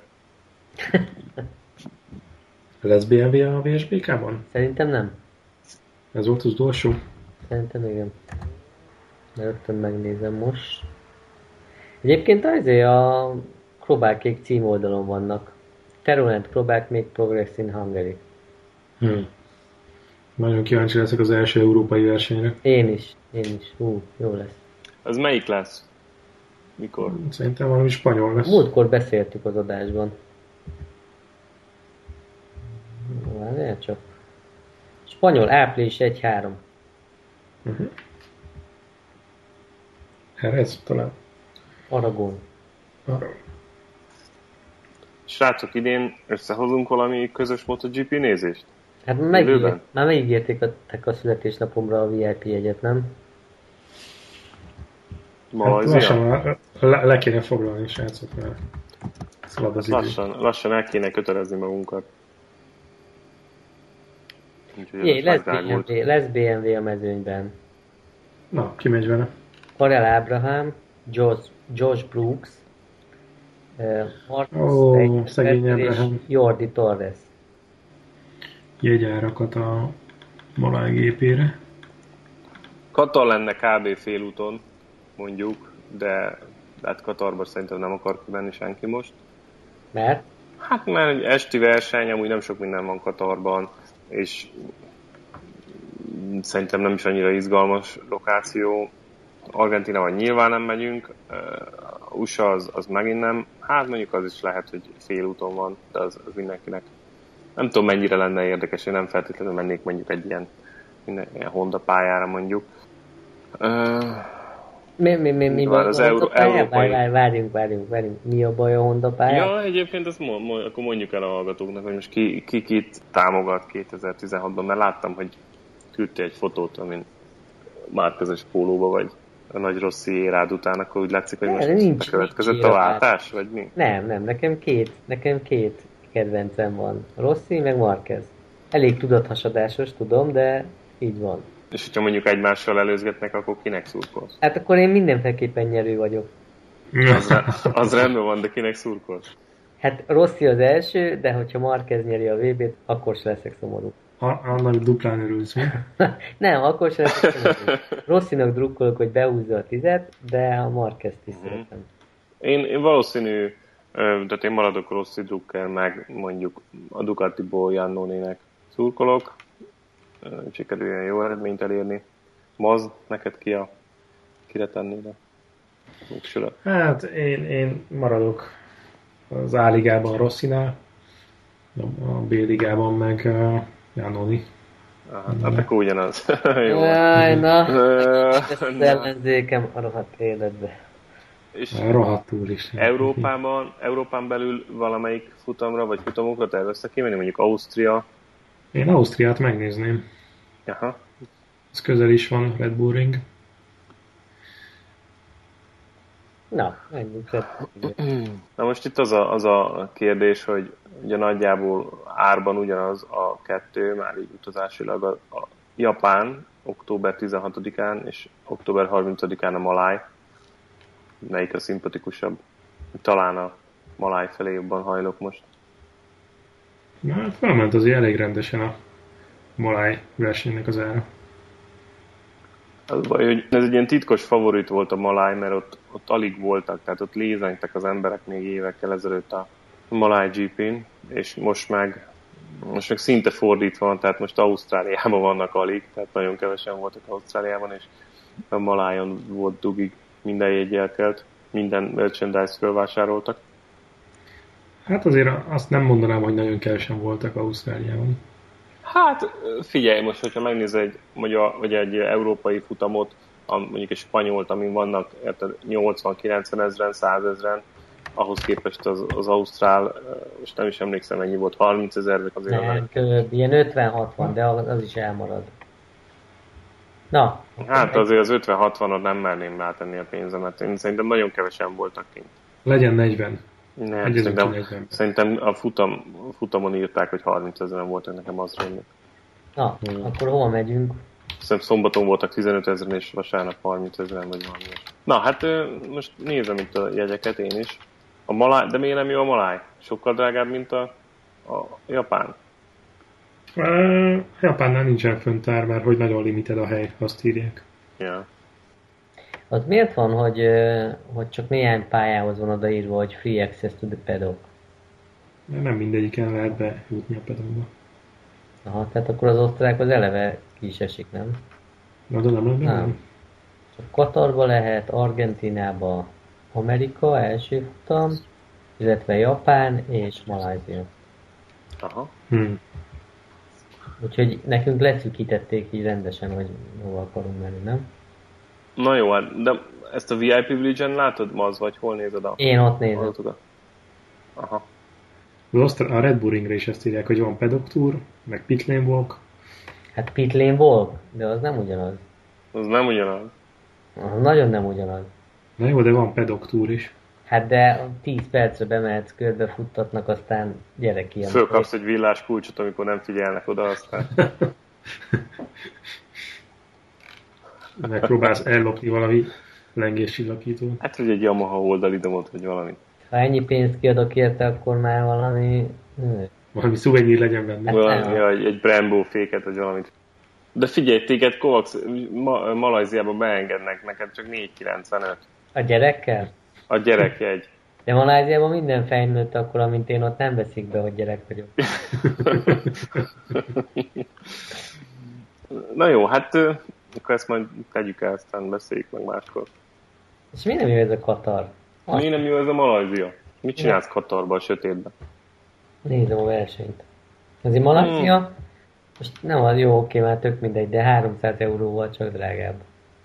Lesz bé em vé a vé es bé ká-ban? Szerintem nem. Ez volt az utolsó? Szerintem igen. Rögtön megnézem most. Egyébként azért a Krobákék címoldalon vannak. Terület Krobák még Progress in Hungary. Hmm. Nagyon kíváncsi leszek az első európai versenyre. Én is, én is. Hú, jó lesz. Az melyik lesz? Mikor? Szerintem valami spanyol lesz. Múltkor beszéltük az adásban. Várjál csak. Spanyol, április egy három. Uh-huh. Jerez talán. Aragon. Aragon. Srácok, idén összehozunk valami közös MotoGP nézést? Hát megígér, már megígérték a, a születésnapomra a vé i pé jegyet, nem? Ma hát lassan le, le kéne foglalni, srácok. Szalad az lassan, lassan el kéne kötelezni magunkat. Jé, lesz, bé em vé, lesz bé em vé a mezőnyben. Na, ki megy vele? Karel Abraham, Josh, Josh Brooks, uh, Marcus oh, szegény és Abraham. Jordi Torres. Jegyárakat a Malaj gépére. Katar lenne kb. Félúton, mondjuk, de hát Katarban szerintem nem akar kimenni senki most. Mert? Hát mert egy esti verseny, amúgy nem sok minden van Katarban, és szerintem nem is annyira izgalmas lokáció. Argentinában nyilván nem megyünk, uh, u es á az, az megint nem, hát mondjuk az is lehet, hogy félúton van, de az, az mindenkinek. Nem tudom, mennyire lenne érdekes, én nem feltétlenül mennék mondjuk egy ilyen, ilyen Honda pályára mondjuk. Uh, Mi, mi, mi, mi az a Euró- európai... Várjunk, várjunk, várjunk. Mi a baj a Honda pályán? Ja, egyébként azt mo- mo- akkor mondjuk el a hallgatóknak, hogy most ki, ki kit támogat kétezer-tizenhatban, mert láttam, hogy küldte egy fotót, amin Márquezes pólóba vagy a nagy Rossi érád után, akkor úgy látszik, hogy most nincs, bekövetkezett nincs a váltás, vagy mi? Nem, nem, nekem két, nekem két kedvencem van. Rossi meg Márquez. Elég tudathasadásos, tudom, de így van. És hogyha mondjuk egymással előzgetnek, akkor kinek szurkolsz? Hát akkor én mindenféleképpen nyerő vagyok. Az, re- az rendben van, de kinek szurkolsz? Hát Rossi az első, de hogyha Márquez nyeri a vé bét, akkor se leszek szomorú. Annak duplán örülsz, mi? Nem, akkor se leszek szomorú. Rossinak drukkolok, hogy behúzza a tizet, de a Márquezt is uh-huh. szeretem. Én, én valószínű, tehát én maradok Rossi drukker, meg mondjuk a Ducatiból Iannoninek szurkolok. Sikerüljön jó eredményt elérni. Maz, neked ki a kire tennéd a muksura? Hát én, én maradok az A-ligában Rossinál, a B-ligában meg uh, Iannoni. Aha, hát akkor ugyanaz. Jó. Jaj, na, ezt az ellenzékem a rohadt életbe. És rohadtul is. Európában, Európán belül valamelyik futamra, vagy futamokra terveztek kimenni, mondjuk Ausztria? Én Ausztriát megnézném. Aha. Ez közel is van, Red Bull Ring. Na, menjünk. Na most itt az a, az a kérdés, hogy ugye nagyjából árban ugyanaz a kettő, már így utazásilag a, a Japán október tizenhatodikán és október harmincadikán a Maláj. Melyik a szimpatikusabb? Talán a Maláj felé jobban hajlok most. Na, hát felment azért elég rendesen a Maláj versenynek az ára. Az baj, hogy ez egy ilyen titkos favorit volt a Maláj, mert ott, ott alig voltak, tehát ott lézengtek az emberek még évekkel ezelőtt a Maláj gé pén, és most meg, most meg szinte fordítva van, tehát most Ausztráliában vannak alig, tehát nagyon kevesen voltak Ausztráliában, és a Malájon volt dugig, minden jegyelkelt, minden merchandise fölvásároltak. Hát azért azt nem mondanám, hogy nagyon kevesen voltak Ausztráliában. Hát figyelj, most, hogyha megnézel egy magyar, vagy egy európai futamot, mondjuk egy spanyolt, amin vannak nyolcvan-kilencven ezren, száz ezren, ahhoz képest az, az ausztrál, most nem is emlékszem, mennyi volt, harminc ezer, azért nem, kb. Ilyen ötven-hatvan, de az, az is elmarad. Na. Hát azért az ötven-hatvanat nem merném rátenni a pénzemet. Én szerintem nagyon kevesen voltak kint. Legyen negyven. Nem, szerintem, szerintem a futam, futamon írták, hogy harminc ezeren voltak, nekem az rémlik. Na, hmm. akkor hol megyünk? Szerintem szombaton voltak tizenöt ezeren, és vasárnap harminc ezeren, vagy valami. Na, hát most nézem itt a jegyeket én is. A Maláj, de miért nem jó a Maláj? Sokkal drágább, mint a, a Japán? Uh, Japánnál nincsen föntár, mert hogy nagyon limited a hely, azt írják. Ja. Az miért van, hogy, hogy csak néhány pályához van odaírva, hogy free access to the paddock? Nem mindegyiken lehet bejutni a paddockba. Aha, tehát akkor az osztrák az eleve ki is esik, nem? Na, de nem, nem, nem. nem. Csak Katarba lehet, Argentinába, Amerika első futam, illetve Japán és Malajzia. Aha. Hmm. Úgyhogy nekünk leszűkítették így rendesen, hogy hova akarunk menni, nem? Na jó, hát, de ezt a vé i pé Village-en látod ma az, vagy hol nézed a... Én ott nézem. Aha. A Red Bull Ringre is ezt írják, hogy van paddock tour, meg pit lane walk. Hát pit lane walk, de az nem ugyanaz. Az nem ugyanaz. Az nagyon nem ugyanaz. Na jó, de van paddock tour is. Hát de tíz percre bemehetsz, körbe futtatnak, aztán gyere ki. Fölkapsz egy villás kulcsot, amikor nem figyelnek oda, aztán... Megpróbálsz ellopni valami lengéscsillapítót. Hát, hogy egy Yamaha oldalidomot, vagy valami. Ha ennyi pénzt kiadok érte, akkor már valami... Valami szuvenyír legyen benne. Hát valami, ja, egy, egy Brembo féket, vagy valamit. De figyelj, téged Kovacs Ma- Malajziába beengednek, neked csak négy kilencvenöt. A gyerekkel? A gyerekjegy. De Malajziában minden fejnőtt akkor, amint én ott nem veszik be, hogy gyerek vagyok. Na jó, hát akkor ezt majd tegyük el, aztán beszéljük meg máskor. És mi nem jó ez a Katar? Mi nem jó ez a Malajzia? Mit csinálsz Katarban, a sötétben? Nézem a versenyt. Azért Malajzia, hmm. most nem az jó, oké, már tök mindegy, de háromszáz euróval csak drágább.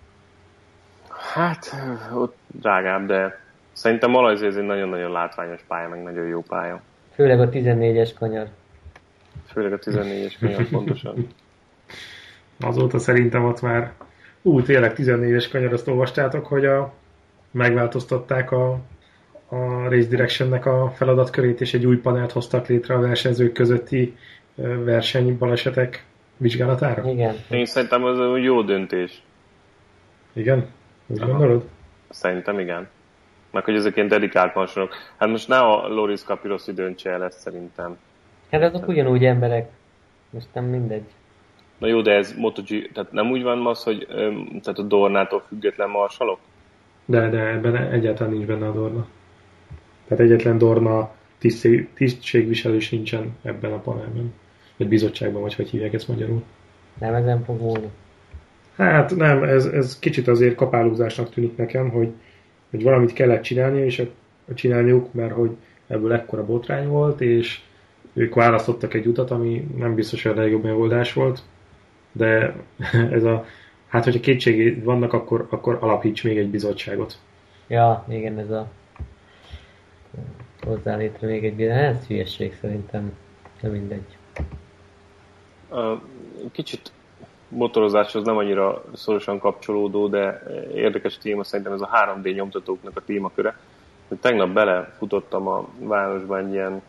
Hát, ott drágább, de szerintem Malajzia ez egy nagyon-nagyon látványos pálya, meg nagyon jó pálya. Főleg a tizennégyes kanyar. Főleg a tizennégyes kanyar, pontosan. Azóta szerintem ott már, ú, tényleg tizennégyes kanyar, azt olvastátok, hogy a, megváltoztatták a, a Race Directionnek a feladatkörét, és egy új panelt hoztak létre a versenyzők közötti versenybalesetek vizsgálatára? Igen. Én szerintem az egy jó döntés. Igen? Úgy gondolod? Szerintem igen. Meg hogy ezek ilyen dedikált mások. Hát most ne a Loris Capirossi döntse el ezt szerintem. Hát azok ugyanúgy emberek. Most nem mindegy. Na jó, de ez MotoGP, tehát nem úgy van az, hogy tehát a Dornától független marsalok? De, de ebben egyáltalán nincs benne a Dorna. Tehát egyetlen Dorna tisztség, tisztségviselő sincsen ebben a panelben. Vagy bizottságban, vagy hogy hívják ezt magyarul. Nem ezen fog múlni. Hát nem, ez, ez kicsit azért kapálózásnak tűnik nekem, hogy, hogy valamit kellett csinálni, és csinálniuk, mert hogy ebből ekkora botrány volt, és ők választottak egy utat, ami nem biztos, hogy a legjobb megoldás volt, de ez a, hát hogyha kétségé vannak, akkor, akkor alapíts még egy bizottságot. Ja, igen, ez a hozzá létre még egy bizottság, ez hülyeség szerintem, de mindegy. Kicsit motorozáshoz nem annyira szorosan kapcsolódó, de érdekes téma szerintem ez a három dé nyomtatóknak a témaköre. Tegnap belefutottam a városban egy ilyen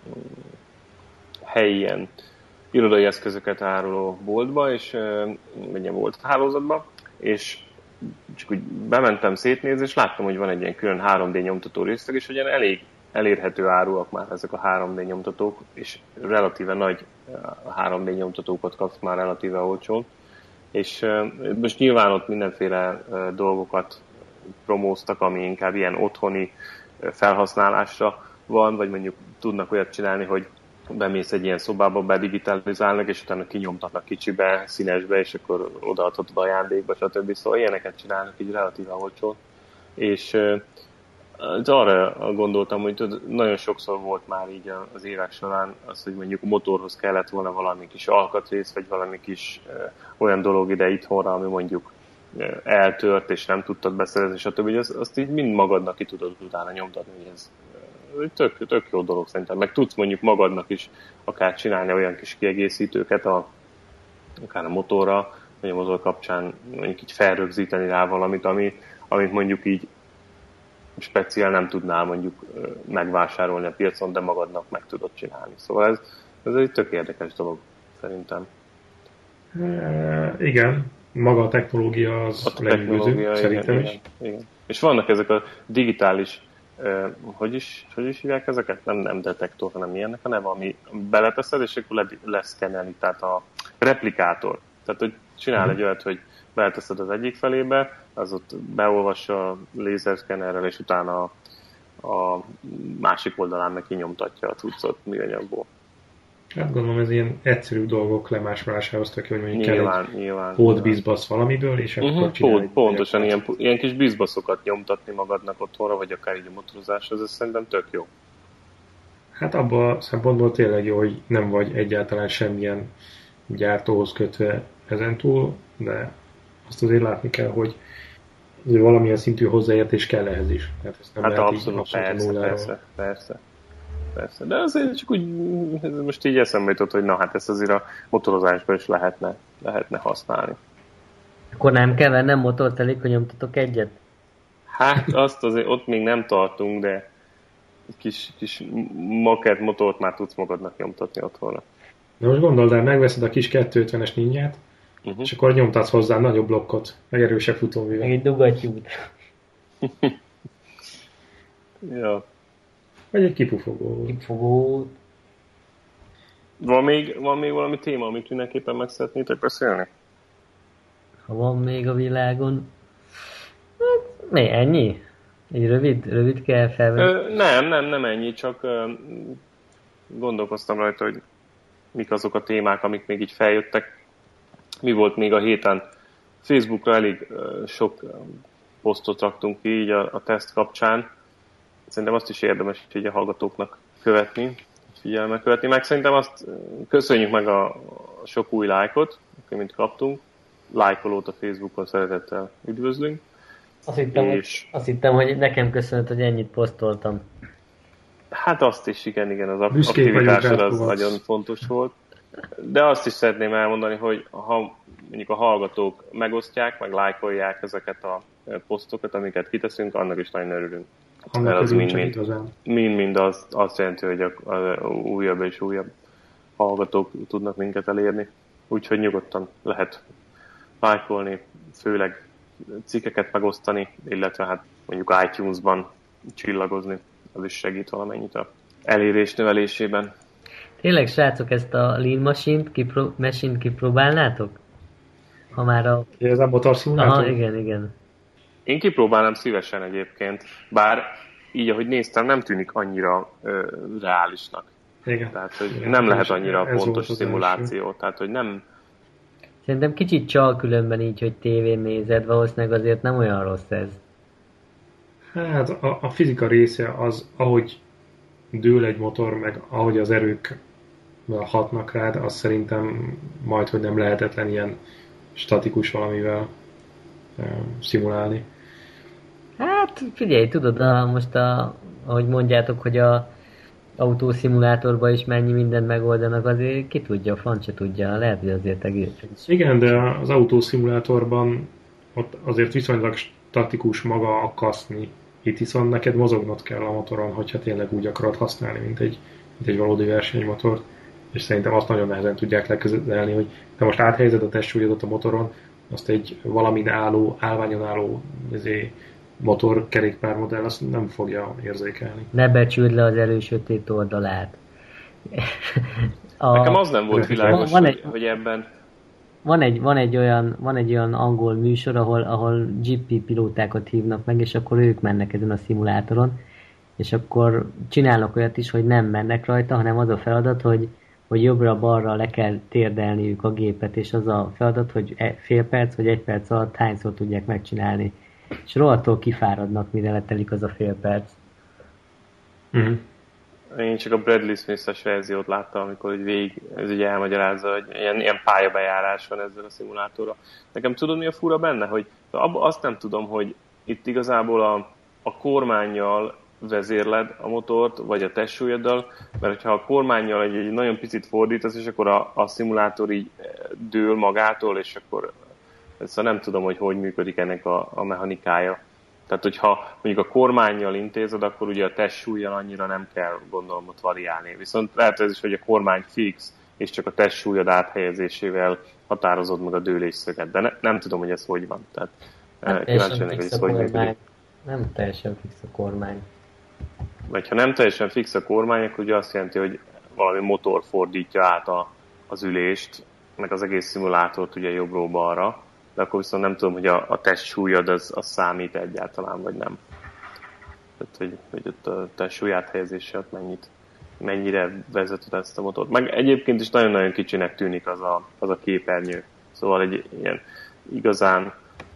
helyi ilyen irodai eszközöket áruló boltba, és egy ilyen volt hálózatba, és csak úgy bementem szétnézni, és láttam, hogy van egy ilyen külön három dé nyomtató részleg, és hogy ilyen elég elérhető áruak már ezek a három dé nyomtatók, és relatíve nagy három dé nyomtatókat kapsz már relatíve olcsón. És most nyilván ott mindenféle dolgokat promóztak, ami inkább ilyen otthoni felhasználásra van, vagy mondjuk tudnak olyat csinálni, hogy bemész egy ilyen szobába, bedigitalizálnak, és utána kinyomtatnak kicsibe, színesbe, és akkor odaadhatod ajándékba, stb. Szóval ilyeneket csinálnak így relatíve olcsón. És arra gondoltam, hogy nagyon sokszor volt már így az évek során az, hogy mondjuk a motorhoz kellett volna valami kis alkatrész, vagy valami kis olyan dolog ide itthonra, ami mondjuk eltört, és nem tudtad beszerezni, stb. Azt, azt így mind magadnak ki tudod utána nyomtatni, hogy ez tök, tök jó dolog szerintem. Meg tudsz mondjuk magadnak is akár csinálni olyan kis kiegészítőket, a, akár a motorra, vagy a motor kapcsán mondjuk így felrögzíteni rá valamit, ami, amit mondjuk így speciál nem tudnál mondjuk megvásárolni a piacon, de magadnak meg tudod csinálni. Szóval ez, ez egy tök érdekes dolog, szerintem. E, igen, maga a technológia az a lenyűgöző, szerintem igen, is. Igen, igen. És vannak ezek a digitális, eh, hogy, is, hogy is hívják ezeket? Nem, nem detektor, hanem ilyenek a neve, ami beleteszed, és akkor leszkenneli, tehát a replikátor. Tehát, hogy csinál egy olyat, hogy beleteszed az egyik felébe, az ott beolvassa a lézerszkennerrel, és utána a, a másik oldalán meg kinyomtatja a cuccot műanyagból. Hát gondolom, ez ilyen egyszerű dolgok lemásolásához tök jó, hogy mondjuk nyilván, kell egy nyilván, kódbizbasz valamiből, és uh-huh, akkor csinálni. Pontosan, ilyen, ilyen kis bizbaszokat nyomtatni magadnak otthonra, vagy akár így a motorozáshoz, ez szerintem tök jó. Hát abban a szempontból tényleg jó, hogy nem vagy egyáltalán semmilyen gyártóhoz kötve ezentúl, de azt azért látni kell, hogy valamilyen szintű hozzáértés kell ehhez is. Hát, ezt nem hát lehet abszolút, így, abszolút persze, persze, persze, persze. De azért csak úgy, most így eszembe jutott, hogy na hát ezt azért a motorozásban is lehetne, lehetne használni. Akkor nem kell vennem motort, elég, hogy nyomtatok egyet? Hát azt azért ott még nem tartunk, de egy kis, kis makett motort már tudsz magadnak nyomtatni otthonra. De most gondold el, megveszed a kis kétszázötvenes ninját, uh-huh. és akkor nyomtatsz hozzá nagyobb blokkot, meg erősebb futóművet. Meg egy dugattyút. Ja. Vagy egy kipufogó. Kipufogó. Van még, van még valami téma, amit mindenképpen meg szeretnétek beszélni? Ha van még a világon... Hát, mi, ennyi? Egy rövid, rövid kell felvenni? Nem, nem, nem ennyi, csak ö, gondolkoztam rajta, hogy mik azok a témák, amik még így feljöttek. Mi volt még a héten? Facebookra elég ö, sok ö, posztot raktunk ki így a, a teszt kapcsán. Szerintem azt is érdemes így a hallgatóknak követni, figyelemmel követni. Meg szerintem azt köszönjük meg a, a sok új lájkot, amit kaptunk. Lájkolót a Facebookon szeretettel üdvözlünk. Azt hittem, és... hogy, azt hittem, hogy nekem köszönhet, hogy ennyit posztoltam. Hát azt is, igen, igen, az aktivitásod az nagyon fontos volt. De azt is szeretném elmondani, hogy ha mondjuk a hallgatók megosztják, meg lájkolják ezeket a posztokat, amiket kiteszünk, annak is nagyon örülünk. Annak az mind-mind, mind-mind az, azt jelenti, hogy a, a újabb és újabb hallgatók tudnak minket elérni. Úgyhogy nyugodtan lehet lájkolni, főleg cikkeket megosztani, illetve hát mondjuk iTunes-ban csillagozni, az is segít valamennyit a elérés növelésében. Tényleg, srácok, ezt a Lean Machine-t kipro- machine kipróbálnátok? Ha már a... Ez a motorszimulátor? Aha, igen, igen. Én kipróbálnám szívesen egyébként, bár így, ahogy néztem, nem tűnik annyira ö, reálisnak. Igen. Tehát, hogy igen, nem lehet annyira pontos szimuláció. Első. Tehát, hogy nem... Szerintem kicsit csal különben így, hogy tévén nézed, valószínűleg azért nem olyan rossz ez. Hát a, a fizika része az, ahogy dől egy motor, meg ahogy az erők hatnak rád, az szerintem majd, hogy nem lehetetlen ilyen statikus valamivel e, szimulálni. Hát figyelj, tudod, a, most a, ahogy mondjátok, hogy a autószimulátorban is mennyi mindent megoldanak, azért ki tudja, a franc se tudja, lehet, hogy azért egész. Igen, de az autószimulátorban ott azért viszonylag statikus maga a kaszni. Itt viszont neked mozognod kell a motoron, hogyha tényleg úgy akarod használni, mint egy, mint egy valódi versenymotort. És szerintem azt nagyon nehezen tudják lekezelni, hogy te most áthelyezed a testsúlyodat a motoron, azt egy valamin álló, állványon álló ezért, motor, kerékpármodell azt nem fogja érzékelni. Ne becsüld le az erő sötét oldalát. A... Nekem az nem volt világos, van egy, hogy ebben... Van egy, van, egy olyan, van egy olyan angol műsor, ahol, ahol gé pé pilótákat hívnak meg, és akkor ők mennek ezen a szimulátoron, és akkor csinálnak olyat is, hogy nem mennek rajta, hanem az a feladat, hogy, hogy jobbra-balra le kell térdelniük a gépet, és az a feladat, hogy fél perc vagy egy perc alatt hányszor tudják megcsinálni. És rohadtól kifáradnak, mire letelik az a fél perc. Mm-hmm. Én csak a Bradley Smith-es verziót láttam, amikor így végig, ez ugye elmagyarázza, hogy ilyen, ilyen pályabejárás van ezzel a szimulátorral. Nekem tudod, mi a fura benne? Hogy azt nem tudom, hogy itt igazából a, a kormánnyal vezérled a motort, vagy a testsúlyoddal, mert ha a kormánnyal egy, egy nagyon picit fordítasz, és akkor a, a szimulátor így dől magától, és akkor szóval nem tudom, hogy hogy működik ennek a, a mechanikája. Tehát, hogyha mondjuk a kormánnyal intézed, akkor ugye a testsúllyal annyira nem kell, gondolom, ott variálni. Viszont lehet ez is, hogy a kormány fix, és csak a testsúlyod áthelyezésével határozod meg a dőlésszöget. De ne, nem tudom, hogy ez hogy van. Tehát hát kíváncsi lennék, hogy ez hogy működik. Nem teljesen fix a kormány. Vagy ha nem teljesen fix a kormány, akkor ugye azt jelenti, hogy valami motor fordítja át a, az ülést, meg az egész szimulátort ugye jobbról balra. De akkor viszont nem tudom, hogy a, a testsúlyod az, az számít egyáltalán, vagy nem. Tehát, hogy, hogy ott a testsúly áthelyezéssel mennyit, mennyire vezeted ezt a motort. Meg egyébként is nagyon-nagyon kicsinek tűnik az a, az a képernyő. Szóval egy ilyen igazán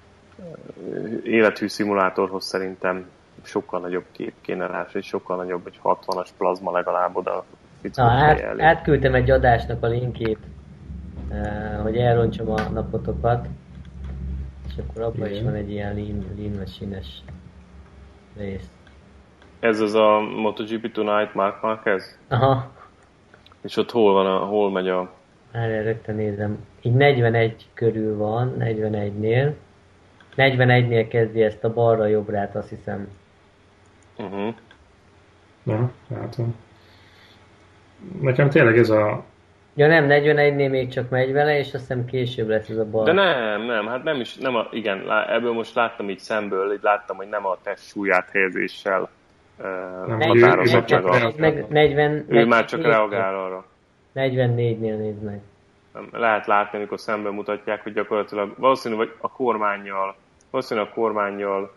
élethű szimulátorhoz szerintem sokkal nagyobb kép kéne rá, és sokkal nagyobb, hogy hatvanas plazma legalább oda. Na, át, átküldtem egy adásnak a linkjét, hogy elrontsam a napotokat. És akkor abban igen. Is van egy ilyen lean, lean machine-es rész. Ez az a MotoGP Tonight Marc Marquez? Aha. És ott hol van, a, hol megy a... Erre rögtön nézem. Így negyvenegy körül van, negyvenegynél. negyvenegynél kezdi ezt a balra-jobbrát, azt hiszem. Uh-huh. Na, látom. Nekem tényleg ez a... Ja nem, negyvenegynél még csak megy vele, és azt hiszem később lesz ez a bal. De nem, nem, hát nem is, nem a, igen, ebből most láttam így szemből, így láttam, hogy nem a test súlyát helyezéssel uh, határozott meg a... negyven, ő már csak reagál arra. negyvennégynél nézd meg. Lehet látni, amikor szemben mutatják, hogy gyakorlatilag valószínűleg a kormánnyal, valószínűleg a kormánnyal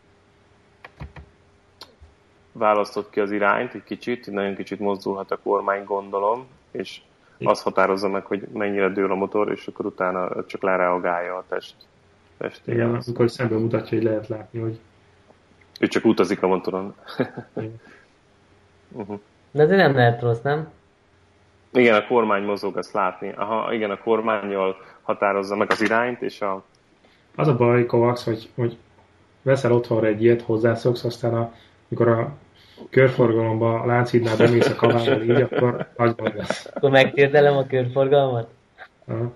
választott ki az irányt egy kicsit, nagyon kicsit mozdulhat a kormány, gondolom, és azt határozza meg, hogy mennyire dől a motor, és akkor utána csak lereagálja a test. testéhez. Igen, amikor szemben mutatja, hogy lehet látni, hogy... Ő csak utazik a motoron. uh-huh. De ez nem lehet rossz, nem? Igen, a kormány mozog, ezt látni. Aha, igen, a kormánnyal határozza meg az irányt, és a... Az a baj, Kovacs, hogy, hogy veszel otthonra egy ilyet, hozzászoksz, aztán a, amikor a körforgalomba a Lánchídnál bemész a kavával így, akkor agyban lesz. Akkor megtérdelem a körforgalmat? Aha.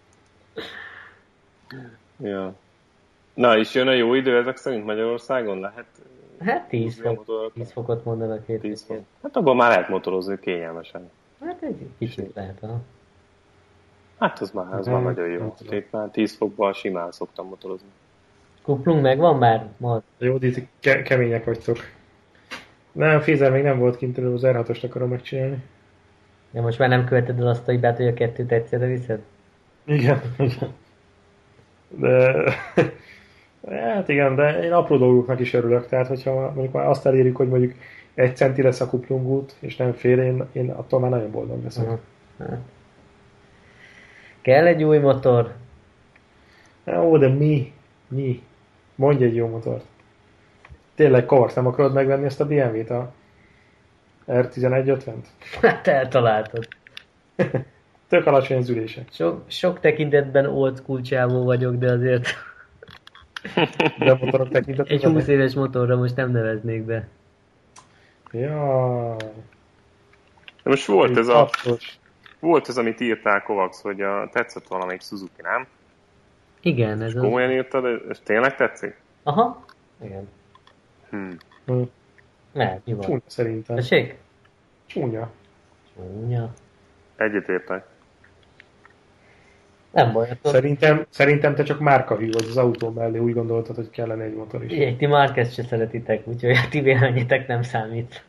Ja. Na, és jön a jó idő ezek szerint Magyarországon? Lehet? Hát tíz fok, tíz fokot mondanak két tíz fok. Hát abban már lehet motorozni kényelmesen. Hát egy kicsit lehet, ha. Hát az már, az már nagyon jó. Itt már tíz fokban simán szoktam motorozni. Kuplung megvan már? Ma? Jó, itt ke- kemények vagytok. Nem, Fézer még nem volt kint, az er hatost akarom megcsinálni. Ja, most már nem követed el azt a hibát, hogy a kettőt egyszerre viszed? Igen, igen. De... hát igen, de én apró dolgoknak is örülök. Tehát, hogyha mondjuk már azt elérjük, hogy mondjuk egy centi lesz a kuplungút, és nem fél, én, én attól már nagyon boldog leszek. Uh-huh. Hát. Kell egy új motor? Ó, de mi? Mi? Mondj egy jó motort. Tényleg, Kovacs, nem akarod megvenni ezt a bé em vét, a er tizenegyötvent? Hát eltaláltad. Tök alacsony az ülése. Sok, sok tekintetben old school csávó vagyok, de azért... de a motorok tekintetben... Egy húsz éves motorra most nem neveznék be. Ja. De most volt ez a... Volt ez, amit írtál, Kovacs, hogy a, tetszett valamelyik Suzuki, nem? Igen, ez az... komolyan írtad, és tényleg tetszik? Aha, igen. Hmm. Hmm. Mert, mi van? Csúnya szerintem. Tessék? Csúnya. Csúnya. Egyetértek. Nem baj. Attól... Szerintem, szerintem te csak márkahű vagy az autó mellé, úgy gondoltad, hogy kellene egy motor is. Igen, ti Márquezt se szeretitek, úgyhogy a ti véleményetek nem számít.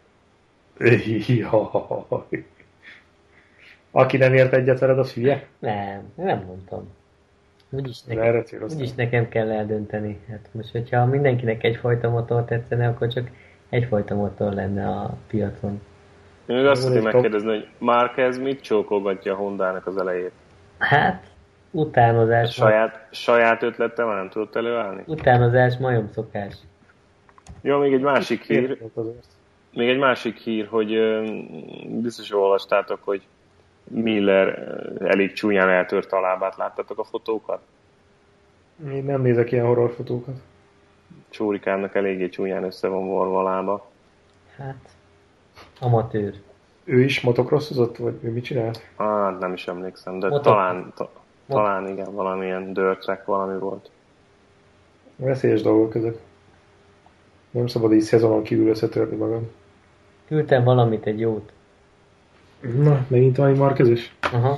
Jaj. Aki nem ért egyet veled, az hülye? Nem, nem mondtam. Úgyis nekem, erre úgyis nekem kell eldönteni. Hát most, hogyha mindenkinek egyfajta motor tetszene, akkor csak egyfajta motor lenne a piacon. Én még azt szeretném megkérdezni, hogy Márquez mit csókolgatja a Hondának az elejét? Hát, utánozás. Saját, saját ötlete már nem tudott előállni? Utánozás, majom szokás. Jó, még egy másik hír. Még egy másik hír, hogy biztos olvastátok, hogy Miller elég csúnyán eltört a lábát. Láttatok a fotókat? Én nem nézek ilyen horrorfotókat. Csórikámnak eléggé csúnyán össze van varva a lába. Hát, amatőr. Ő is motocrossozott, vagy ő mit csinált? Hát nem is emlékszem, de Motok. talán, ta, talán igen, valamilyen dirt track valami volt. Veszélyes dolgok ezek. Nem szabad így szezonon kívül összetörni magad. Küldtem valamit, egy jót. Na, megint valami Márquezes? Aha.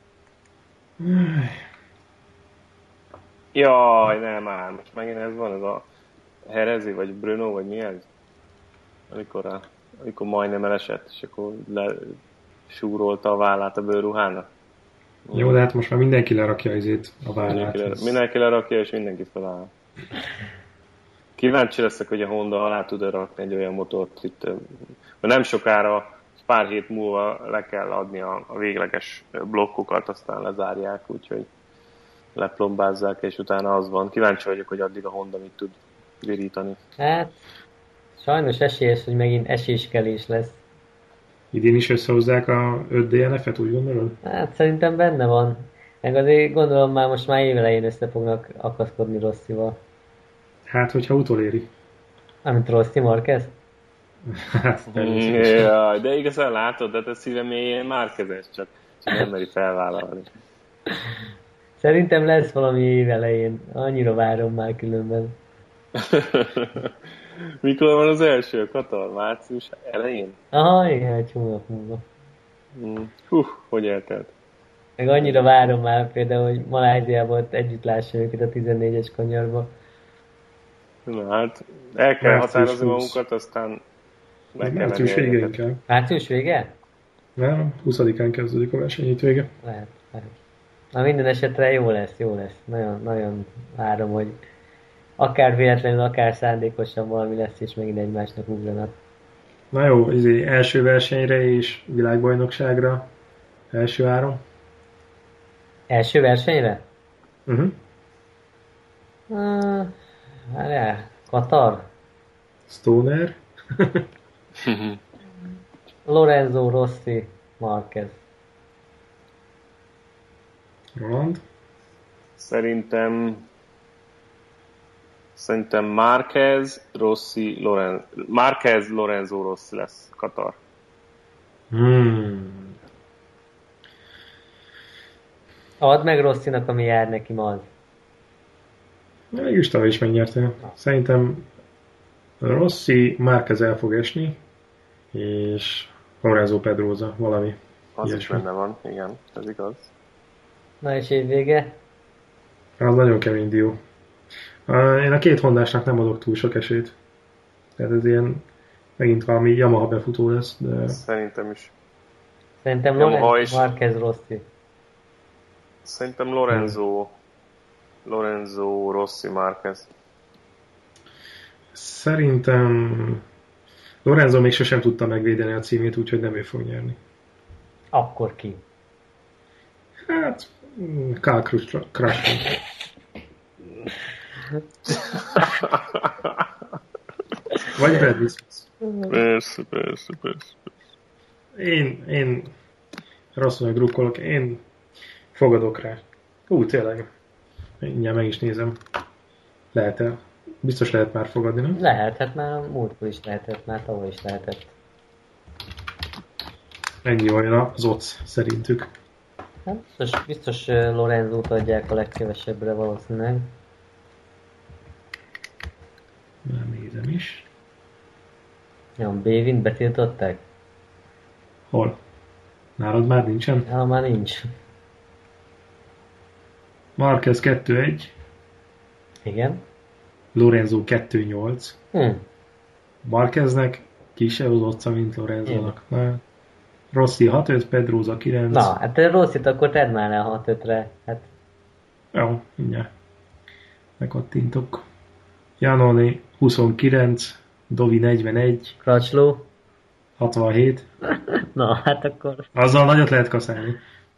Jaj, nem már, most megint ez van, ez a Herezi, vagy Bruno, vagy mi ez? Amikor, a, amikor majdnem elesett, és akkor lesúrolta a vállát a bőrruhának. Jó, de hát most már mindenki lerakja izét a vállát. Mindenki, le, mindenki lerakja, és mindenki feláll. Kíváncsi leszek, hogy a Honda alá tud-e rakni egy olyan motort itt, mert nem sokára, pár hét múlva le kell adni a, a végleges blokkokat, aztán lezárják, úgyhogy leplombázzák, és utána az van. Kíváncsi vagyok, hogy addig a Honda mit tud virítani. Hát, sajnos esélyes, hogy megint eséskelés lesz. Idén is összehozzák a öt dé en ef-et, úgy gondolod? Hát szerintem benne van. Meg azért gondolom már most már évelején össze fognak akaszkodni Rossival. Hát, hogyha utoléri. Amit Rossi Márquez? Hát, Jaj, de igazán látod, de te szívem mélyén Márquezes, csak, csak nem meri felvállalni. Szerintem lesz valami év elején. Annyira várom már különben. Mikor van az első Katar? Március elején? Aha, igen, egy hónap múlva. Mm. Hú, hogy eltelt? Meg annyira várom már például, hogy Maláziában ott együtt lássam őket a tizennégyes kanyarba. Na hát, el kell határozni magunkat, aztán meg kell március vége inkább. Március vége? Nem, huszadikán kezdődik a verseny itt vége. Lehet, lehet. Na minden esetre jó lesz, jó lesz. Nagyon, nagyon várom, hogy akár véletlenül, akár szándékosan valami lesz, és megint egymásnak ugranak. Na jó, izé, első versenyre és világbajnokságra. Első áron. Első versenyre? Uh-huh. Uh, várjál, Katar? Stoner. Lorenzo Rossi Marquez. Roland. Szerintem Szerintem Marquez, Rossi, Lorenzo. Marquez, Lorenzo, Rossi lesz Katar. Hmm. Add meg Rossinak, ami jár neki ma az. Mégis tavaly is megnyerte. Szerintem Rossi, Marquez el fog esni, és Lorenzo Pedrosa, valami. Az is benne van, igen, ez igaz. Na és évvége? Az nagyon kemény dió. Én a két hondásnak nem adok túl sok esélyt. Tehát ez ilyen megint valami Yamaha befutó lesz, de... Szerintem is. Szerintem Lorenzo, Marquez, Rossi. Szerintem Lorenzo, hmm. Lorenzo, Rossi, Marquez. Szerintem Lorenzo még sosem tudta megvédeni a címét, úgyhogy nem ő fog nyerni. Akkor ki? Hát, Carl Crutchlow. Vagy Brad Williams. Persze, persze, persze. Én, én rosszul meg drukkolok, én fogadok rá. Ú, tényleg. Mindjárt meg is nézem. Lehet-e? Biztos lehet már fogadni, nem? Lehet, hát már múltkor is lehetett, már tavaly is lehetett. Ennyi olyan az oc szerintük. Hát, biztos, biztos Lorenzót adják a legkevesebbre valószínűleg. Már nézem is. Ja, Bévint betiltották? Hol? Nálad már nincsen? Ja, már nincs. Marquez kettő egy. Igen. Lorenzo kettő nyolc. Hm. Marqueznek kisebb az otca, mint Lorenzónak. Rossi hat öt, Pedrosa kilenc. Na, hát te Rossit akkor tedd már le hat ötre. Hát... Jó, mindjárt. Megkattintok. Janoni huszonkilenc, Dovi negyvenegy. Crutchlow hatvanhét. Na, hát akkor... Azzal nagyot lehet kaszálni.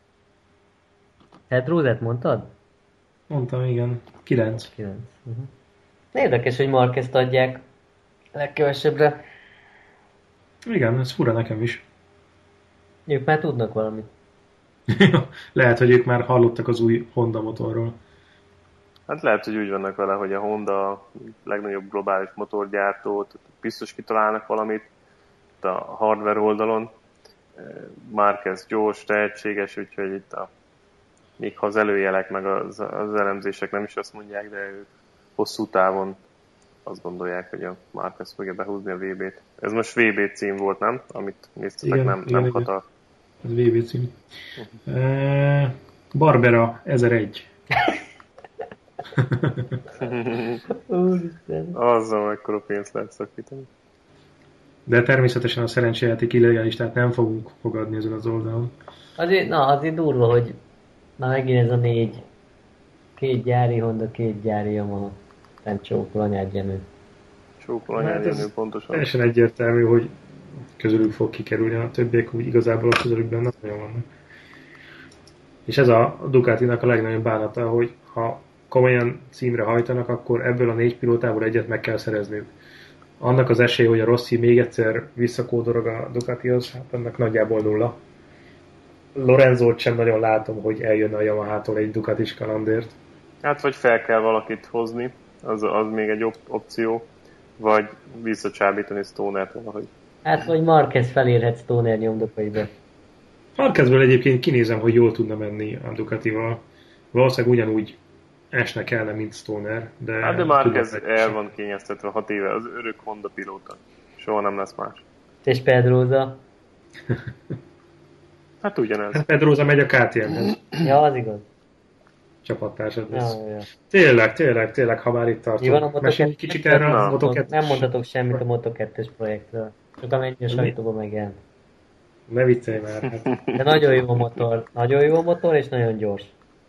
Pedrosát mondtad? Mondtam, igen. kilenc. kilenc. Uh-huh. Érdekes, hogy Marquezt adják legkevesebbre. Igen, ez fura nekem is. Ők már tudnak valamit. Lehet, hogy ők már hallottak az új Honda motorról. Hát lehet, hogy úgy vannak vele, hogy a Honda a legnagyobb globális motorgyártó, biztos kitalálnak valamit a hardware oldalon. Marquez gyors, tehetséges, úgyhogy itt a, még ha az előjelek meg az, az elemzések nem is azt mondják, de ők hosszú távon azt gondolják, hogy a Marquez fogja behúzni a vé bét. Ez most vé bé cím volt, nem? Amit néztetek, igen, nem, igen, nem Katar. Ez vé bé cím. Uh, Barbera ezregy. Azzal mekkora pénzt lehet szakítani. De természetesen a szerencsejáték illegális, tehát nem fogunk fogadni ezen az oldalon. Azért, na, azért durva, hogy na megint ez a négy. Két gyári Honda, két gyári Yamaha. Nem csókol anyád Jenő. Csókol anyád Jenő, hát pontosan. Teljesen egyértelmű, hogy közülük fog kikerülni, a többiek úgy igazából a közülükben nem nagyon vannak. És ez a Ducatinak a legnagyobb bánata, hogy ha komolyan címre hajtanak, akkor ebből a négy pilótából egyet meg kell szerezniük. Annak az esély, hogy a Rossi még egyszer visszakódorog a Ducatihoz, hát annak nagyjából nulla. Lorenzót sem nagyon látom, hogy eljönne a Yamahától egy Ducatis kalandért. Hát vagy fel kell valakit hozni, az, az még egy op- opció, vagy visszacsábítani Stonert valahogy. Hát vagy Marquez felérhet Stoner nyomdokaiba. Marquezből egyébként kinézem, hogy jól tudna menni a Ducatival. valószínűleg ugyanúgy esnek el, mint Stoner, de... Hát de már ez el van kényeztetve hat éve, az örök Honda pilóta. Soha nem lesz más. És Pedrosa? Hát ugyanez. Hát Pedrosa megy a ká té em-hez. Ja, az igaz. Csapattársad lesz. Ja, ja. Tényleg, tényleg, tényleg, ha már itt tartunk. Mesélj kicsit erre a Moto kettes. Nem mondhatok semmit a Moto kettes projektről. Csak amennyi a sajtóban megjelent. Ne viccelj már. Hát. De nagyon jó motor. Nagyon jó motor, és nagyon gyors.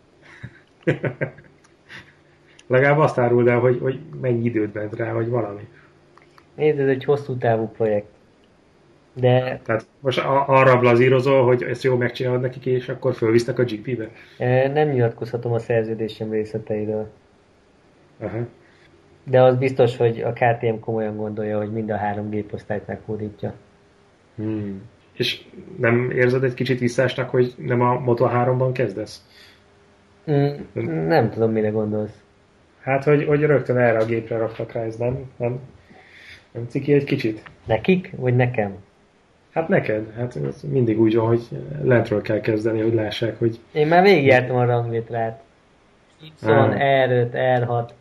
Legalább azt áruld el, hogy, hogy mennyi időt ment rá, vagy valami. Nézd, ez egy hosszú távú projekt. De... Tehát most arra blazírozol, hogy ezt jól megcsinálod nekik, és akkor fölvisznek a gé pé-be? Nem nyilatkozhatom a szerződésem részleteiről. Aha. De az biztos, hogy a ká té em komolyan gondolja, hogy mind a három géposztályt meghódítja. Hmm. És nem érzed egy kicsit visszásnak, hogy nem a Moto háromban kezdesz? Mm, nem tudom, mire gondolsz. Hát, hogy, hogy rögtön erre a gépre raktak rá, ez nem, nem, nem ciki egy kicsit? Nekik, vagy nekem? Hát neked, hát ez mindig úgy van, hogy lentről kell kezdeni, hogy lássák, hogy... Én már végigjártam a ranglétrát. Simpson, er öt, er hat.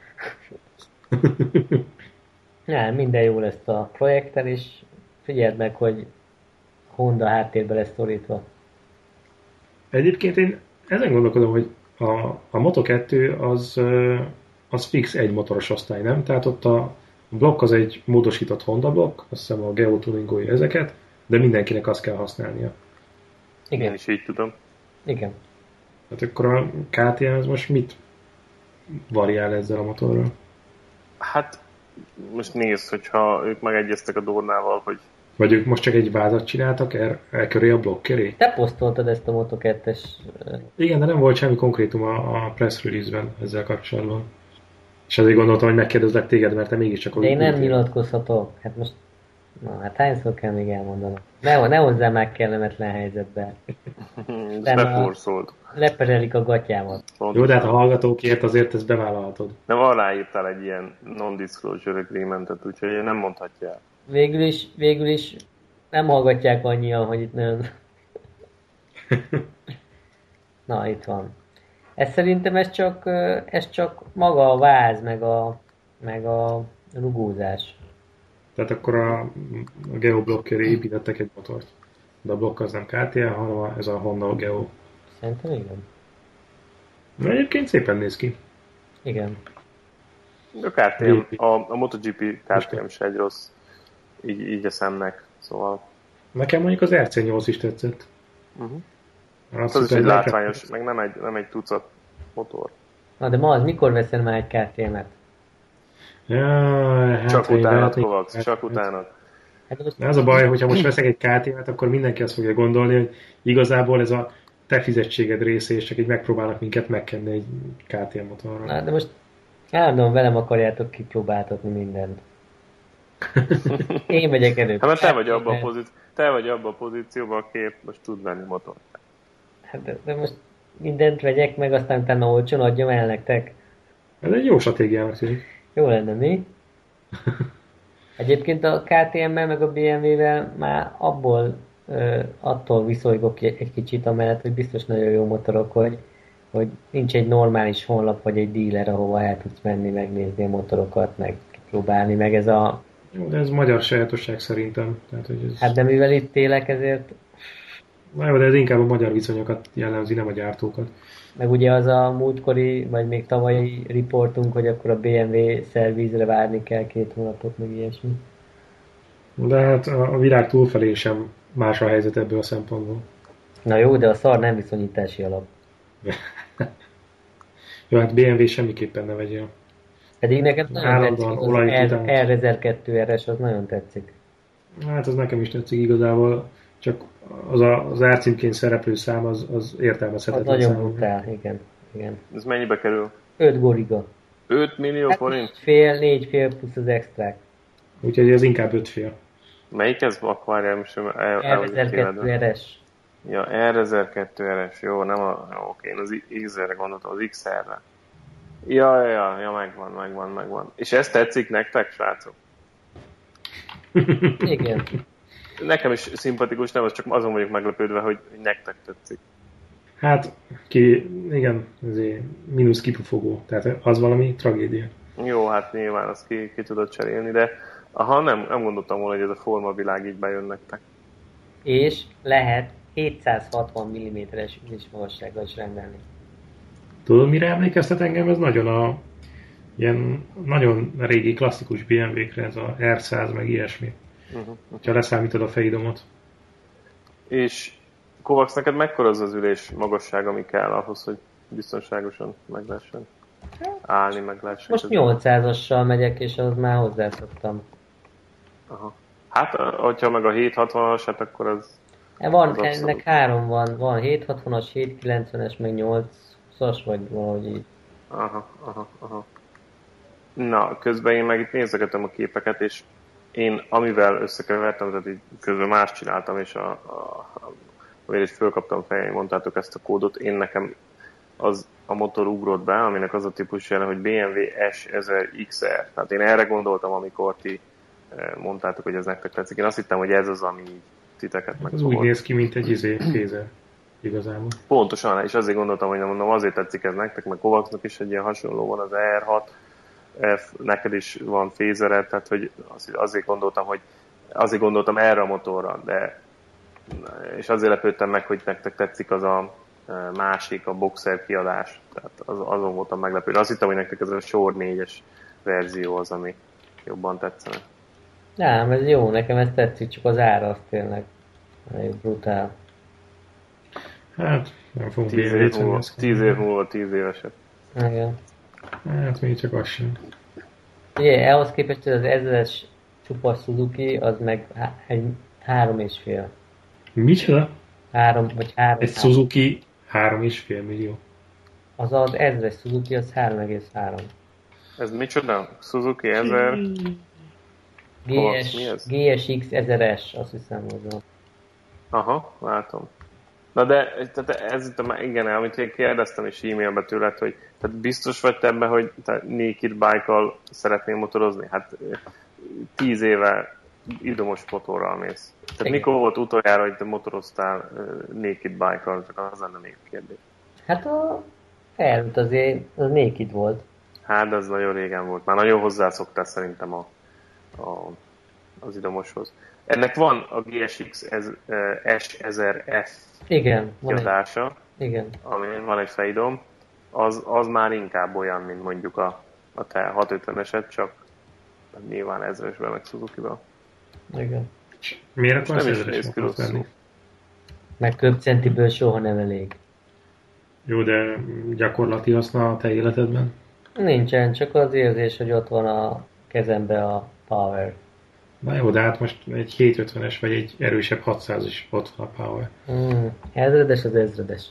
Nem, minden jó lesz a projekten, és figyeld meg, hogy Honda háttérbe lesz szorítva. Egyébként én ezen gondolkodom, hogy a, a Moto kettő az, az fix egy motoros osztály, nem? Tehát ott a blokk az egy módosított Honda blokk, azt hiszem a Geo tuningolja ezeket, de mindenkinek azt kell használnia. Igen. Én is így tudom. Igen. Hát akkor a ká té em az most mit variál ezzel a motorral? Hát most nézd, hogyha ők megegyeztek a Dornával, hogy... Vagy ők most csak egy vázat csináltak el, el köré a blokk köré? Te posztoltad ezt a Moto kettes... Igen, de nem volt semmi konkrétum a, a press release-ben ezzel kapcsolatban. És azért gondoltam, hogy megkérdezlek téged, mert te mégiscsak... De én nem nyilatkozhatok. Hát most... Na, hát hányszor kell még elmondanom? Ne, ne hozzá már kellemetlen helyzetbe. Beforszold. Leperelik a gatyámat. Jó, de hát a hallgatókért azért ezt bevállalhatod. Nem, arra írtál egy ilyen non-disclosure agreementet, úgyhogy nem mondhatja el. Végül is, végül is nem hallgatják annyian, hogy itt nagyon... Na, itt van. Ez szerintem ez csak, ez csak maga a váz, meg a, meg a rugózás. Tehát akkor a, a Geo blokk köré építettek egy motort. De a blokk az nem ká té em, hanem ez a Honda Geo. Szerintem igen. Na, egyébként szépen néz ki. Igen. A ká té em, a, a MotoGP ká té em se egy rossz, így, így a szemnek, szóval... Nekem mondjuk az er cé nyolc is tetszett. Uh-huh. Az, az is egy látványos, meg nem egy, nem egy tucat motor. Na de ma az mikor veszel már egy ká té emet? Ja, hát csak utánad, Kovacs, hát, csak utánad. Hát az a baj, hogyha most veszek egy ká té emet, akkor mindenki azt fogja gondolni, hogy igazából ez a te fizetséged része, és csak így megpróbálnak minket megkenni egy ká té em motorra. Na, de most állandóan velem akarjátok kipróbáltatni mindent. Én megyek előbb. Hát mert te vagy abban a, pozíci- te vagy abba a pozícióban, aki most tud venni motort. Hát de, de most mindent vegyek meg, aztán utána olcsón adjam el nektek. Ez egy jó stratégiának tűnik. Jó lenne, mi? Egyébként a ká té emmel meg a bé em vé-vel már abból ö, attól viszolygok egy kicsit, amellett, hogy biztos nagyon jó motorok, hogy, hogy nincs egy normális honlap vagy egy dealer, ahova el tudsz menni, megnézni a motorokat, meg próbálni, meg ez a... Jó, de ez magyar sajátosság szerintem. Tehát, hogy ez... Hát de mivel itt élek, ezért... Na jó, de ez inkább a magyar viszonyokat jellemzi, nem a gyártókat. Meg ugye az a múltkori, vagy még tavalyi riportunk, hogy akkor a bé em vé szervízre várni kell két hónapot, meg ilyesmi. De hát a világ túlfelé sem más a helyzet ebből a szempontból. Na jó, de a szar nem viszonyítási alap. Jó, hát bé em vé semmiképpen ne vegyél. Pedig nekem nagyon tetszik, az er ezerkettő er es az nagyon tetszik. Hát az nekem is tetszik igazából, csak az a, az árcímként szereplő szám az, az értelmezhetetlen. Az nagyon brutál, igen, igen. Ez mennyibe kerül? öt goriga. öt millió hát forint? Fél, négy fél plusz az extrák. Úgyhogy ez inkább öt fél. Melyik ez? Akvárjál, most el, er ezerkettő er es. Ja, er ezerkettő er es, jó, nem a... Jó, oké, én az iksz erre gondoltam, az iksz erre. Ja, ja, ja, megvan, megvan, megvan. És ez tetszik nektek, srácok? Igen. Nekem is szimpatikus, nem, az csak azon vagyok meglepődve, hogy nektek tetszik. Hát, ki, igen, ezért mínusz kipufogó, tehát az valami tragédia. Jó, hát nyilván azt ki, ki tudod cserélni, de aha, nem, nem gondoltam volna, hogy ez a formavilág így bejön nektek. És lehet hétszázhatvan milliméteres ütésmagassággal is rendelni. Tudod, mire emlékeztet engem? Ez nagyon a ilyen nagyon régi klasszikus bé em vé-kre, ez a er száz meg ilyesmi. Uh-huh. Ha leszámítod a fejdomot. És Kovacs, neked mekkora az az ülés magasság, ami kell ahhoz, hogy biztonságosan meg lehessen állni, meg lehessen? Most nyolcszázassal megyek, és az már hozzászoktam. Aha. Hát, hogyha meg a hétszázhatvanas, hát akkor az... Van, az ennek abszolút. Három van. Van hétszázhatvanas, hétszázkilencvenes, meg nyolcas, vagy valahogy így. Aha, aha, aha. Na, közben én meg itt nézegetem a képeket, és én amivel összekevertem, tehát így közben más csináltam, és a, a, a, a is fölkaptam fején, mondtátok ezt a kódot, én nekem az a motor ugrott be, aminek az a típus jelen, hogy bé em vé es ezer iksz er. Tehát én erre gondoltam, amikor ti mondtátok, hogy ez nektek tetszik. Én azt hittem, hogy ez az, ami titeket megfogott. Úgy néz ki, mint egy izé, fézer. Igazából. Pontosan, és azért gondoltam, hogy nem mondom, azért tetszik ez nektek, meg Kovacsnak is egy ilyen hasonló van az er hat F, neked is van fézere, tehát hogy azért gondoltam, hogy azért gondoltam erre a motorra, de és azért lepődtem meg, hogy nektek tetszik az a másik, a boxer kiadás, tehát az, azon voltam meglepődve. Azt hittem, hogy nektek ez a sor négyes verzió az, ami jobban tetszene. Nem, ez jó, nekem ez tetszik, csak az ára az tényleg elég brutál. Hát, nem fogunk tíz év múlva, tíz év múlva, tíz évesek. Igen. Hát még csak az sem. Ugye, ahhoz képest az ezeres csupa Suzuki, az meg há- egy három és fél. Micsoda? Három, vagy három. Egy három. Suzuki három és fél millió. Az az ezeres Suzuki, az három egész három. Ez micsoda? Suzuki ezer? gé es, gé es iksz ezeres, azt hiszem, hogy van. Aha, látom. Na de tehát ez itt a, igen, amit én kérdeztem is e-mailbe tőled, hogy tehát biztos vagy te ebben, hogy te naked bike-kal szeretnél motorozni? Hát tíz éve idomos motorral mész. Tehát igen. Mikor volt utoljára, hogy te motoroztál naked bike-kal? Csak az lenne még kérdés. Hát a felült azért, az naked volt. Hát az nagyon régen volt. Már nagyon hozzászoktál szerintem a, a, az idomoshoz. Ennek van a gé es iksz es ezer F igen, kiadása, igen. Amin van egy fejdom, az, az már inkább olyan, mint mondjuk a, a te hatszázötveneset, csak nyilván ezresben, meg Suzuki-ban. Igen. Miért akarsz ezres motort venni? Meg köbcentiből soha nem elég. Jó, de gyakorlati haszna a te életedben? Nincsen, csak az érzés, hogy ott van a kezembe a power. Na jó, de hát most egy hétszázötvenes vagy egy erősebb hatszáz is ott van a power. Mm, ezredes az ezredes.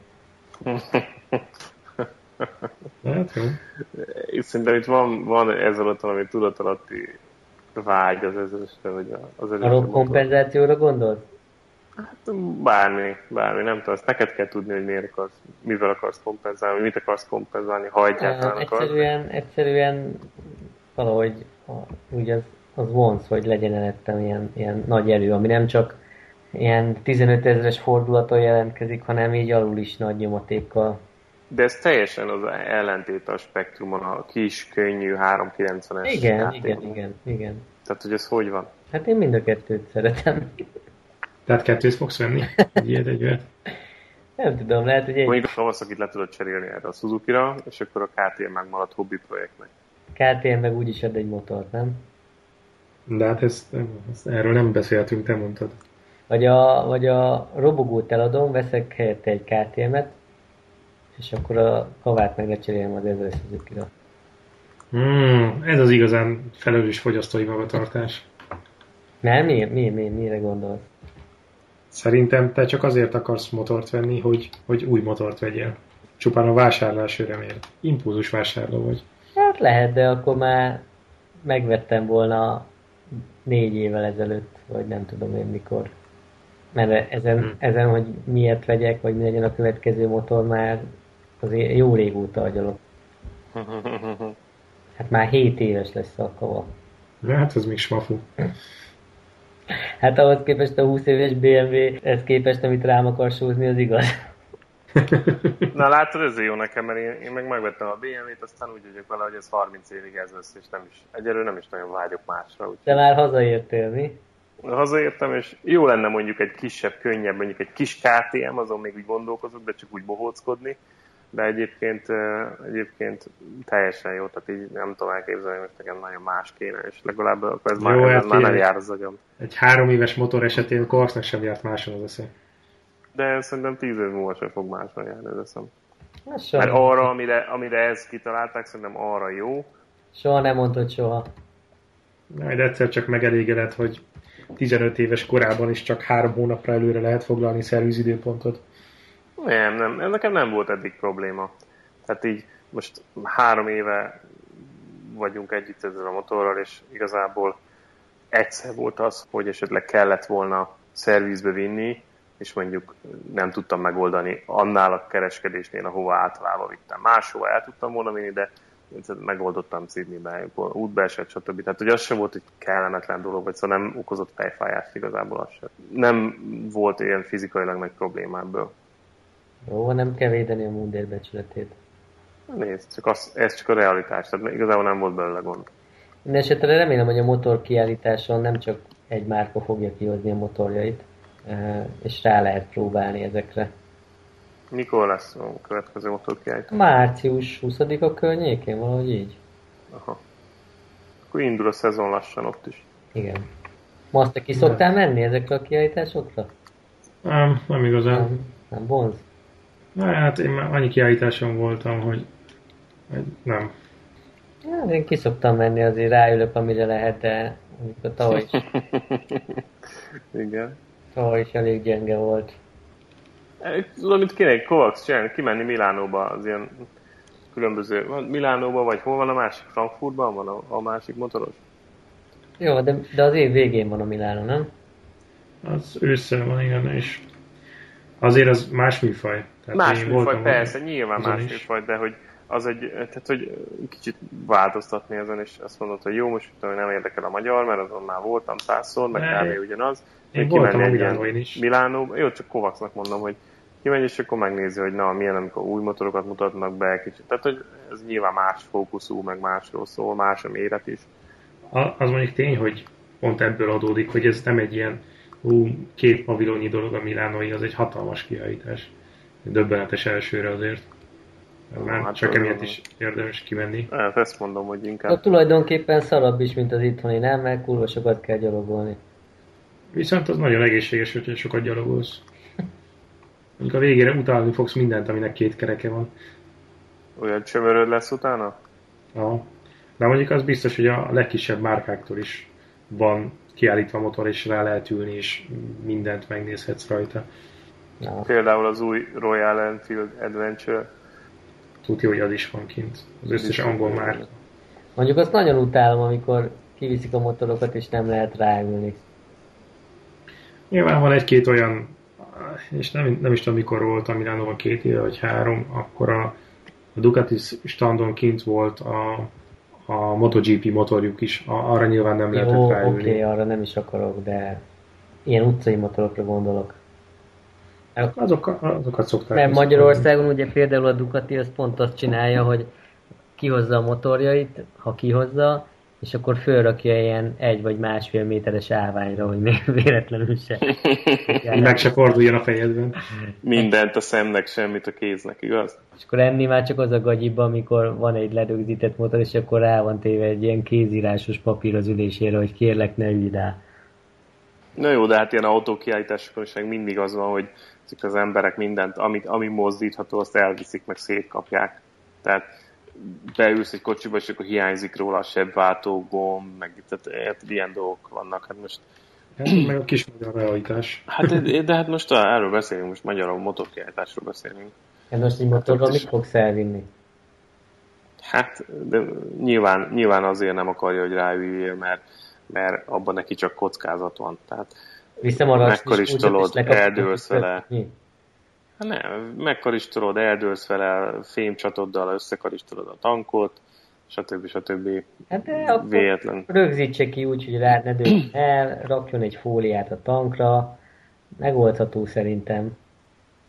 Hát jó. Itt szerintem itt van, van ez alatt valami tudatalatti vágy az ezresre, vagy az ezresre. A kompenzációra gondolsz? Hát bármi, bármi, nem tudom, ezt neked kell tudni, hogy miért akarsz, mivel akarsz kompenzálni, mit akarsz kompenzálni, ha egyáltalán akarsz. Egyszerűen, egyszerűen valahogy úgy az, az vonz, hogy legyen előttem ilyen, ilyen nagy erő, ami nem csak ilyen tizenöt ezeres fordulaton jelentkezik, hanem így alul is nagy nyomatékkal. De ez teljesen az ellentét a spektrumon, a kis, könnyű, háromszázkilencvenes Igen, játék. igen, igen, igen. Tehát, hogy ez hogy van? Hát én mind a kettőt szeretem. Tehát kettőt fogsz venni? Egy ilyet, egy olyat? Nem tudom, lehet, hogy egy... Mondjuk a Kawasaki le tudod cserélni erre a Suzuki-ra, és akkor a ká té em megmaradt hobbi projektnek. ká té em meg úgyis ad egy motort, nem? De hát ezt, ezt, erről nem beszéltünk, te mondtad. Vagy a, vagy a robogót eladom, veszek helyette egy ká té emet, és akkor a kavát meg lecserélem az ezres Suzuki-ra. Hmm, ez az igazán felelős fogyasztói magatartás. Nem? Mi, mi, mi, mire gondolsz? Szerintem te csak azért akarsz motort venni, hogy, hogy új motort vegyél. Csupán a vásárlás örömért. Impulzus vásárló vagy. Hát lehet, de akkor már megvettem volna négy évvel ezelőtt, vagy nem tudom én mikor. Mert ezen, hmm. ezen, hogy miért vegyek, vagy mi legyen a következő motor, már azért jó régóta agyalok. Hát már hét éves lesz a kava. Na hát ez még smafu. Hát ahhoz képest a húsz éves bé em vé, ez képest, amit rám akar sózni, az igaz. Na látod, ez jó nekem, mert én, én meg megvettem a bé em vét, aztán úgy vagyok vele, hogy ez harminc évig ez lesz, és nem is, egyelőre nem is nagyon vágyok másra. Úgy. De már hazaértél, mi? Hazaértem, és jó lenne mondjuk egy kisebb, könnyebb, mondjuk egy kis ká té em, azon még úgy gondolkozok, de csak úgy bohóckodni, de egyébként, egyébként teljesen jó, tehát így nem tudom elképzelni, hogy nekem nagyon más kéne, és legalább ez jó, már, ez már nem jár az agyam. Egy három éves motor esetén Kovacsnak sem járt máson az esze. De szerintem tíz év múlva sem fog máson járni az eszem. Mert arra, amire, amire ezt kitalálták, szerintem arra jó. Soha nem mondtad soha. Majd egyszer csak megelégedett, hogy tizenöt éves korában is csak három hónapra előre lehet foglalni szervizidőpontot. Nem, nem, nekem nem volt eddig probléma. Tehát így most három éve vagyunk együtt ezzel a motorral, és igazából egyszer volt az, hogy esetleg kellett volna szervizbe vinni, és mondjuk nem tudtam megoldani annál a kereskedésnél, ahova általában vittem. Máshova el tudtam volna vinni, de megoldottam Sydneybe, útbe esett, stb. Tehát, hogy az sem volt egy kellemetlen dolog, vagy szóval nem okozott fejfájást igazából az sem. Nem volt ilyen fizikailag nagy probléma ebből. Jó, nem kell védeni a mundér becsületét. Nézd, csak az, ez csak a realitás, tehát igazából nem volt belőle gond. Mindenesetre remélem, hogy a motor kiállításon nem csak egy márka fogja kihozni a motorjait, és rá lehet próbálni ezekre. Mikor lesz a következő motorkiállítás? Március huszadika környékén, valahogy így. Aha. Akkor indul a szezon lassan ott is. Igen. Ma azt te ki szoktál menni ezekre a kiállításokra? Nem, nem igazán. Nem, nem vonz? Na, hát én már annyi kiállításon voltam, hogy nem. Hát én ki szoktam menni, azért ráülök, amire lehet, de amikor tavaly is. Igen. Tavaly is elég gyenge volt. Tudom, mit kéne egy Kovacs csinálni, kimenni Milánóba, az ilyen különböző, Milánóba, vagy hol van a másik? Frankfurtban van a, a másik motoros? Jó, de, de az év végén van a Milánó, nem? Az ősszel van, igen, és azért az más műfaj. Tehát más műfaj, persze, nyilván más is. Műfaj, de hogy az egy, tehát hogy kicsit változtatni ezen, és azt mondod, hogy jó, most tudom, hogy nem érdekel a magyar, mert azon már voltam százszor, meg kb. Ugyanaz. Én voltam a Milánóin is. Milánó, jó, csak Kovacsnak mondom, hogy kimegy, és akkor megnézi, hogy na, milyen, amikor új motorokat mutatnak be kicsit. Tehát, hogy ez nyilván más fókuszú, meg másról szól, más a méret is. A, az mondjuk tény, hogy pont ebből adódik, hogy ez nem egy ilyen ú, két pavilonnyi dolog a Milánói, az egy hatalmas kiállítás. Döbbenetes elsőre azért. Már hát csak emiatt is érdemes kimenni. Hát ezt mondom, hogy inkább... A tulajdonképpen szarabb is, mint az itthoni, nem? Mert kurva sokat kell gyalogolni. Viszont az nagyon egészséges, hogyha sokat gyalogolsz. Mondjuk a végére utálni fogsz mindent, aminek két kereke van. Olyan csömöröd lesz utána? Ja. De mondjuk az biztos, hogy a legkisebb márkáktól is van kiállítva motor, és rá lehet ülni, és mindent megnézhetsz rajta. Ja. Például az új Royal Enfield Adventure. Tudja, hogy az is van kint. Az összes angol márka. Mondjuk azt nagyon utálom, amikor kiviszik a motorokat, és nem lehet ráülni. Nyilván van egy-két olyan, és nem, nem is tudom mikor volt a Milánóban, két éve vagy három, akkor a, a Ducati standon kint volt a, a MotoGP motorjuk is, a, arra nyilván nem lehetett Jó, ráülni. oké, okay, arra nem is akarok, de ilyen utcai motorokra gondolok. Azok, azokat szokták. Mert Magyarországon ugye például a Ducati az pont azt csinálja, hogy kihozza a motorjait, ha kihozza, és akkor fölrakja ilyen egy vagy másfél méteres állványra, hogy még véletlenül se. Meg se forduljon a fejedben. Mindent a szemnek, semmit a kéznek, igaz? És akkor enni már csak az a gagyiba, amikor van egy ledögzített motor, és akkor rá van téve egy ilyen kézírásos papír az ülésére, hogy kérlek, ne ülj rá. Na jó, de hát ilyen autókiállításokon is mindig az van, hogy az emberek mindent, amit, ami mozdítható, azt elviszik, meg szétkapják. Tehát beülsz egy kocsiba, és akkor hiányzik róla a sebváltó gomb, meg tehát ilyen dolgok vannak. Hát most... Hát, meg a kis magyar realitás. Hát, de hát most erről beszélünk, most magyar motorkiállításról beszélünk. Hát most egy motorról mit fogsz elvinni? Hát, de nyilván, nyilván azért nem akarja, hogy ráüljél, mert, mert abban neki csak kockázat van. Tehát megkaristolod, eldőlsz vele. Hát nem, megkaristolod, eldőlsz vele, fémcsatoddal összekaristolod a tankot, stb. stb. Hát de véletlen. Rögzítse ki úgy, hogy rád ne dőljön el, rakjon egy fóliát a tankra, megoldható szerintem.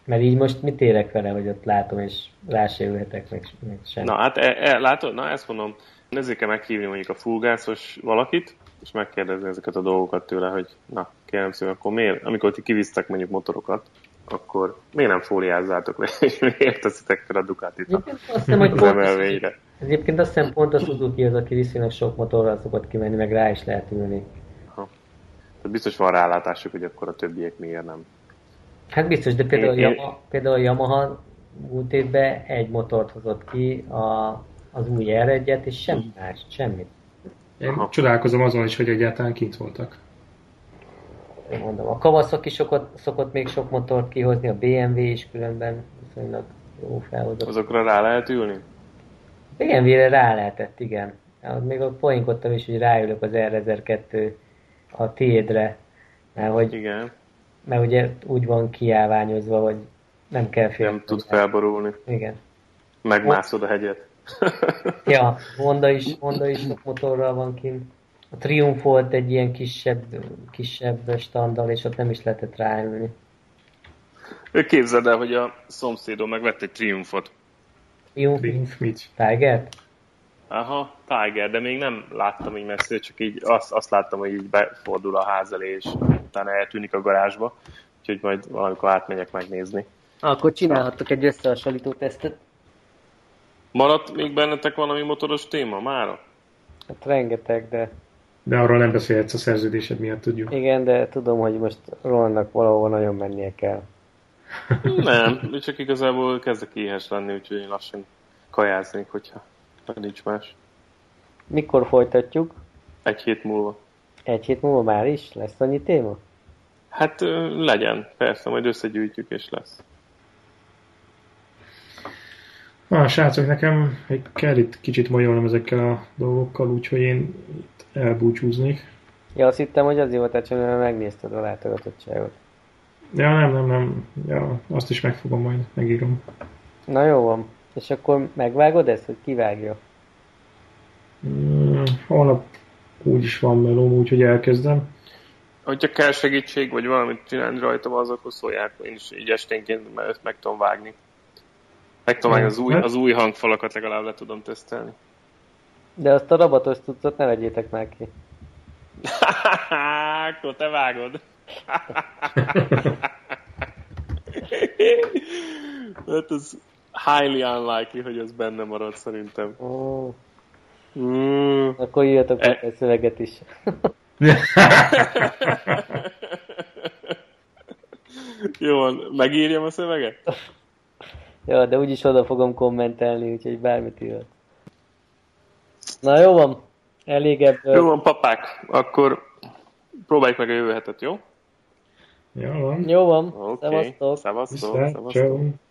Mert így most mit érek vele, hogy ott látom, és rá se ülhetek, meg, meg sem. Na hát, e, e, látod, na ezt mondom, ezért kell meghívni mondjuk a fullgászos valakit, és megkérdezni ezeket a dolgokat tőle, hogy na, kérem szépen, akkor miért, amikor ti kivisztek mondjuk motorokat, akkor miért nem fóliázzátok le, és miért teszitek fel a Ducatit az emelvényre? Egyébként azt hiszem pont a Suzuki az, aki viszonylag sok motorral szokott kimenni, meg rá is lehet ülni. Ha. Tehát biztos van rálátásuk, hogy akkor a többiek miért nem. Hát biztos, de például, én, a, Yamaha, például a Yamaha múlt évben egy motort hozott ki, a, az új er egyet, és semmi más, semmit. Én Aha. csodálkozom azon is, hogy egyáltalán kint voltak. Mondom, a Kawasaki szokott, szokott még sok motort kihozni, a bé em vé is különben viszonylag jó felhozott. Azokra rá lehet ülni? bé em vé-re rá lehetett, igen. Még a poénkodtam is, hogy ráülök az er ezerkettő a tiédre, mert hogy igen. Mert ugye úgy van kiállványozva, hogy nem kell félni. Nem tud felborulni. Igen. Megmászod a hegyet. Ja, Honda is, Honda is motorral van kint. A Triumph volt egy ilyen kisebb, kisebb standal, és ott nem is lehetett ráülni. Képzeld el, hogy a szomszédom megvett egy Triumphot. Triumph mit? Tiger? Aha, Tiger, de még nem láttam így messzire, csak így azt, azt láttam, hogy így befordul a ház elé, és utána eltűnik a garázsba. Úgyhogy majd valamikor átmegyek megnézni. Akkor csinálhattok egy összehasonlító tesztet. Maradt még bennetek valami motoros téma mára? Hát rengeteg, de... De arról nem beszélhetsz a szerződésed miatt, tudjuk. Igen, de tudom, hogy most Rolandnak valahol nagyon mennie kell. Nem, csak igazából kezdek éhes lenni, úgyhogy én lassan kajáznék, hogyha nincs más. Mikor folytatjuk? Egy hét múlva. Egy hét múlva már is? Lesz annyi téma? Hát legyen, persze, majd összegyűjtjük és lesz. Ah, srácok, nekem még kell itt kicsit majolnom ezekkel a dolgokkal, úgyhogy én itt elbúcsúznék. Ja, azt hittem, hogy azért volt, mert megnézted a látogatottságot. Ja, nem, nem, nem. Ja, azt is megfogom majd, megírom. Na jó van. És akkor megvágod ezt, hogy kivágja? Hmm, holnap úgyis van melóm, úgyhogy elkezdem. Hogyha kell segítség, vagy valamit csinálni rajta, azokhoz szólják, én is így esténként ezt meg tudom vágni. Meg tudom vágni az új, az új hangfalakat legalább le tudom tesztelni. De azt a rabatos cuccot ne vegyétek már ki. Akkor te vágod. Hát ez highly unlikely, hogy ez benne marad szerintem. Oh. Mm. Akkor írjatok e- egy szöveget is. Jó van, megírjam a szöveget? Jó, de úgyis oda fogom kommentelni, úgyhogy bármit írhat. Na jó van, elég ebből. Jó van, papák, akkor próbáljuk meg a jövő hetet, jó? Jó van. Jó van, okay. szevasztok. Szevasztok, szevasztok.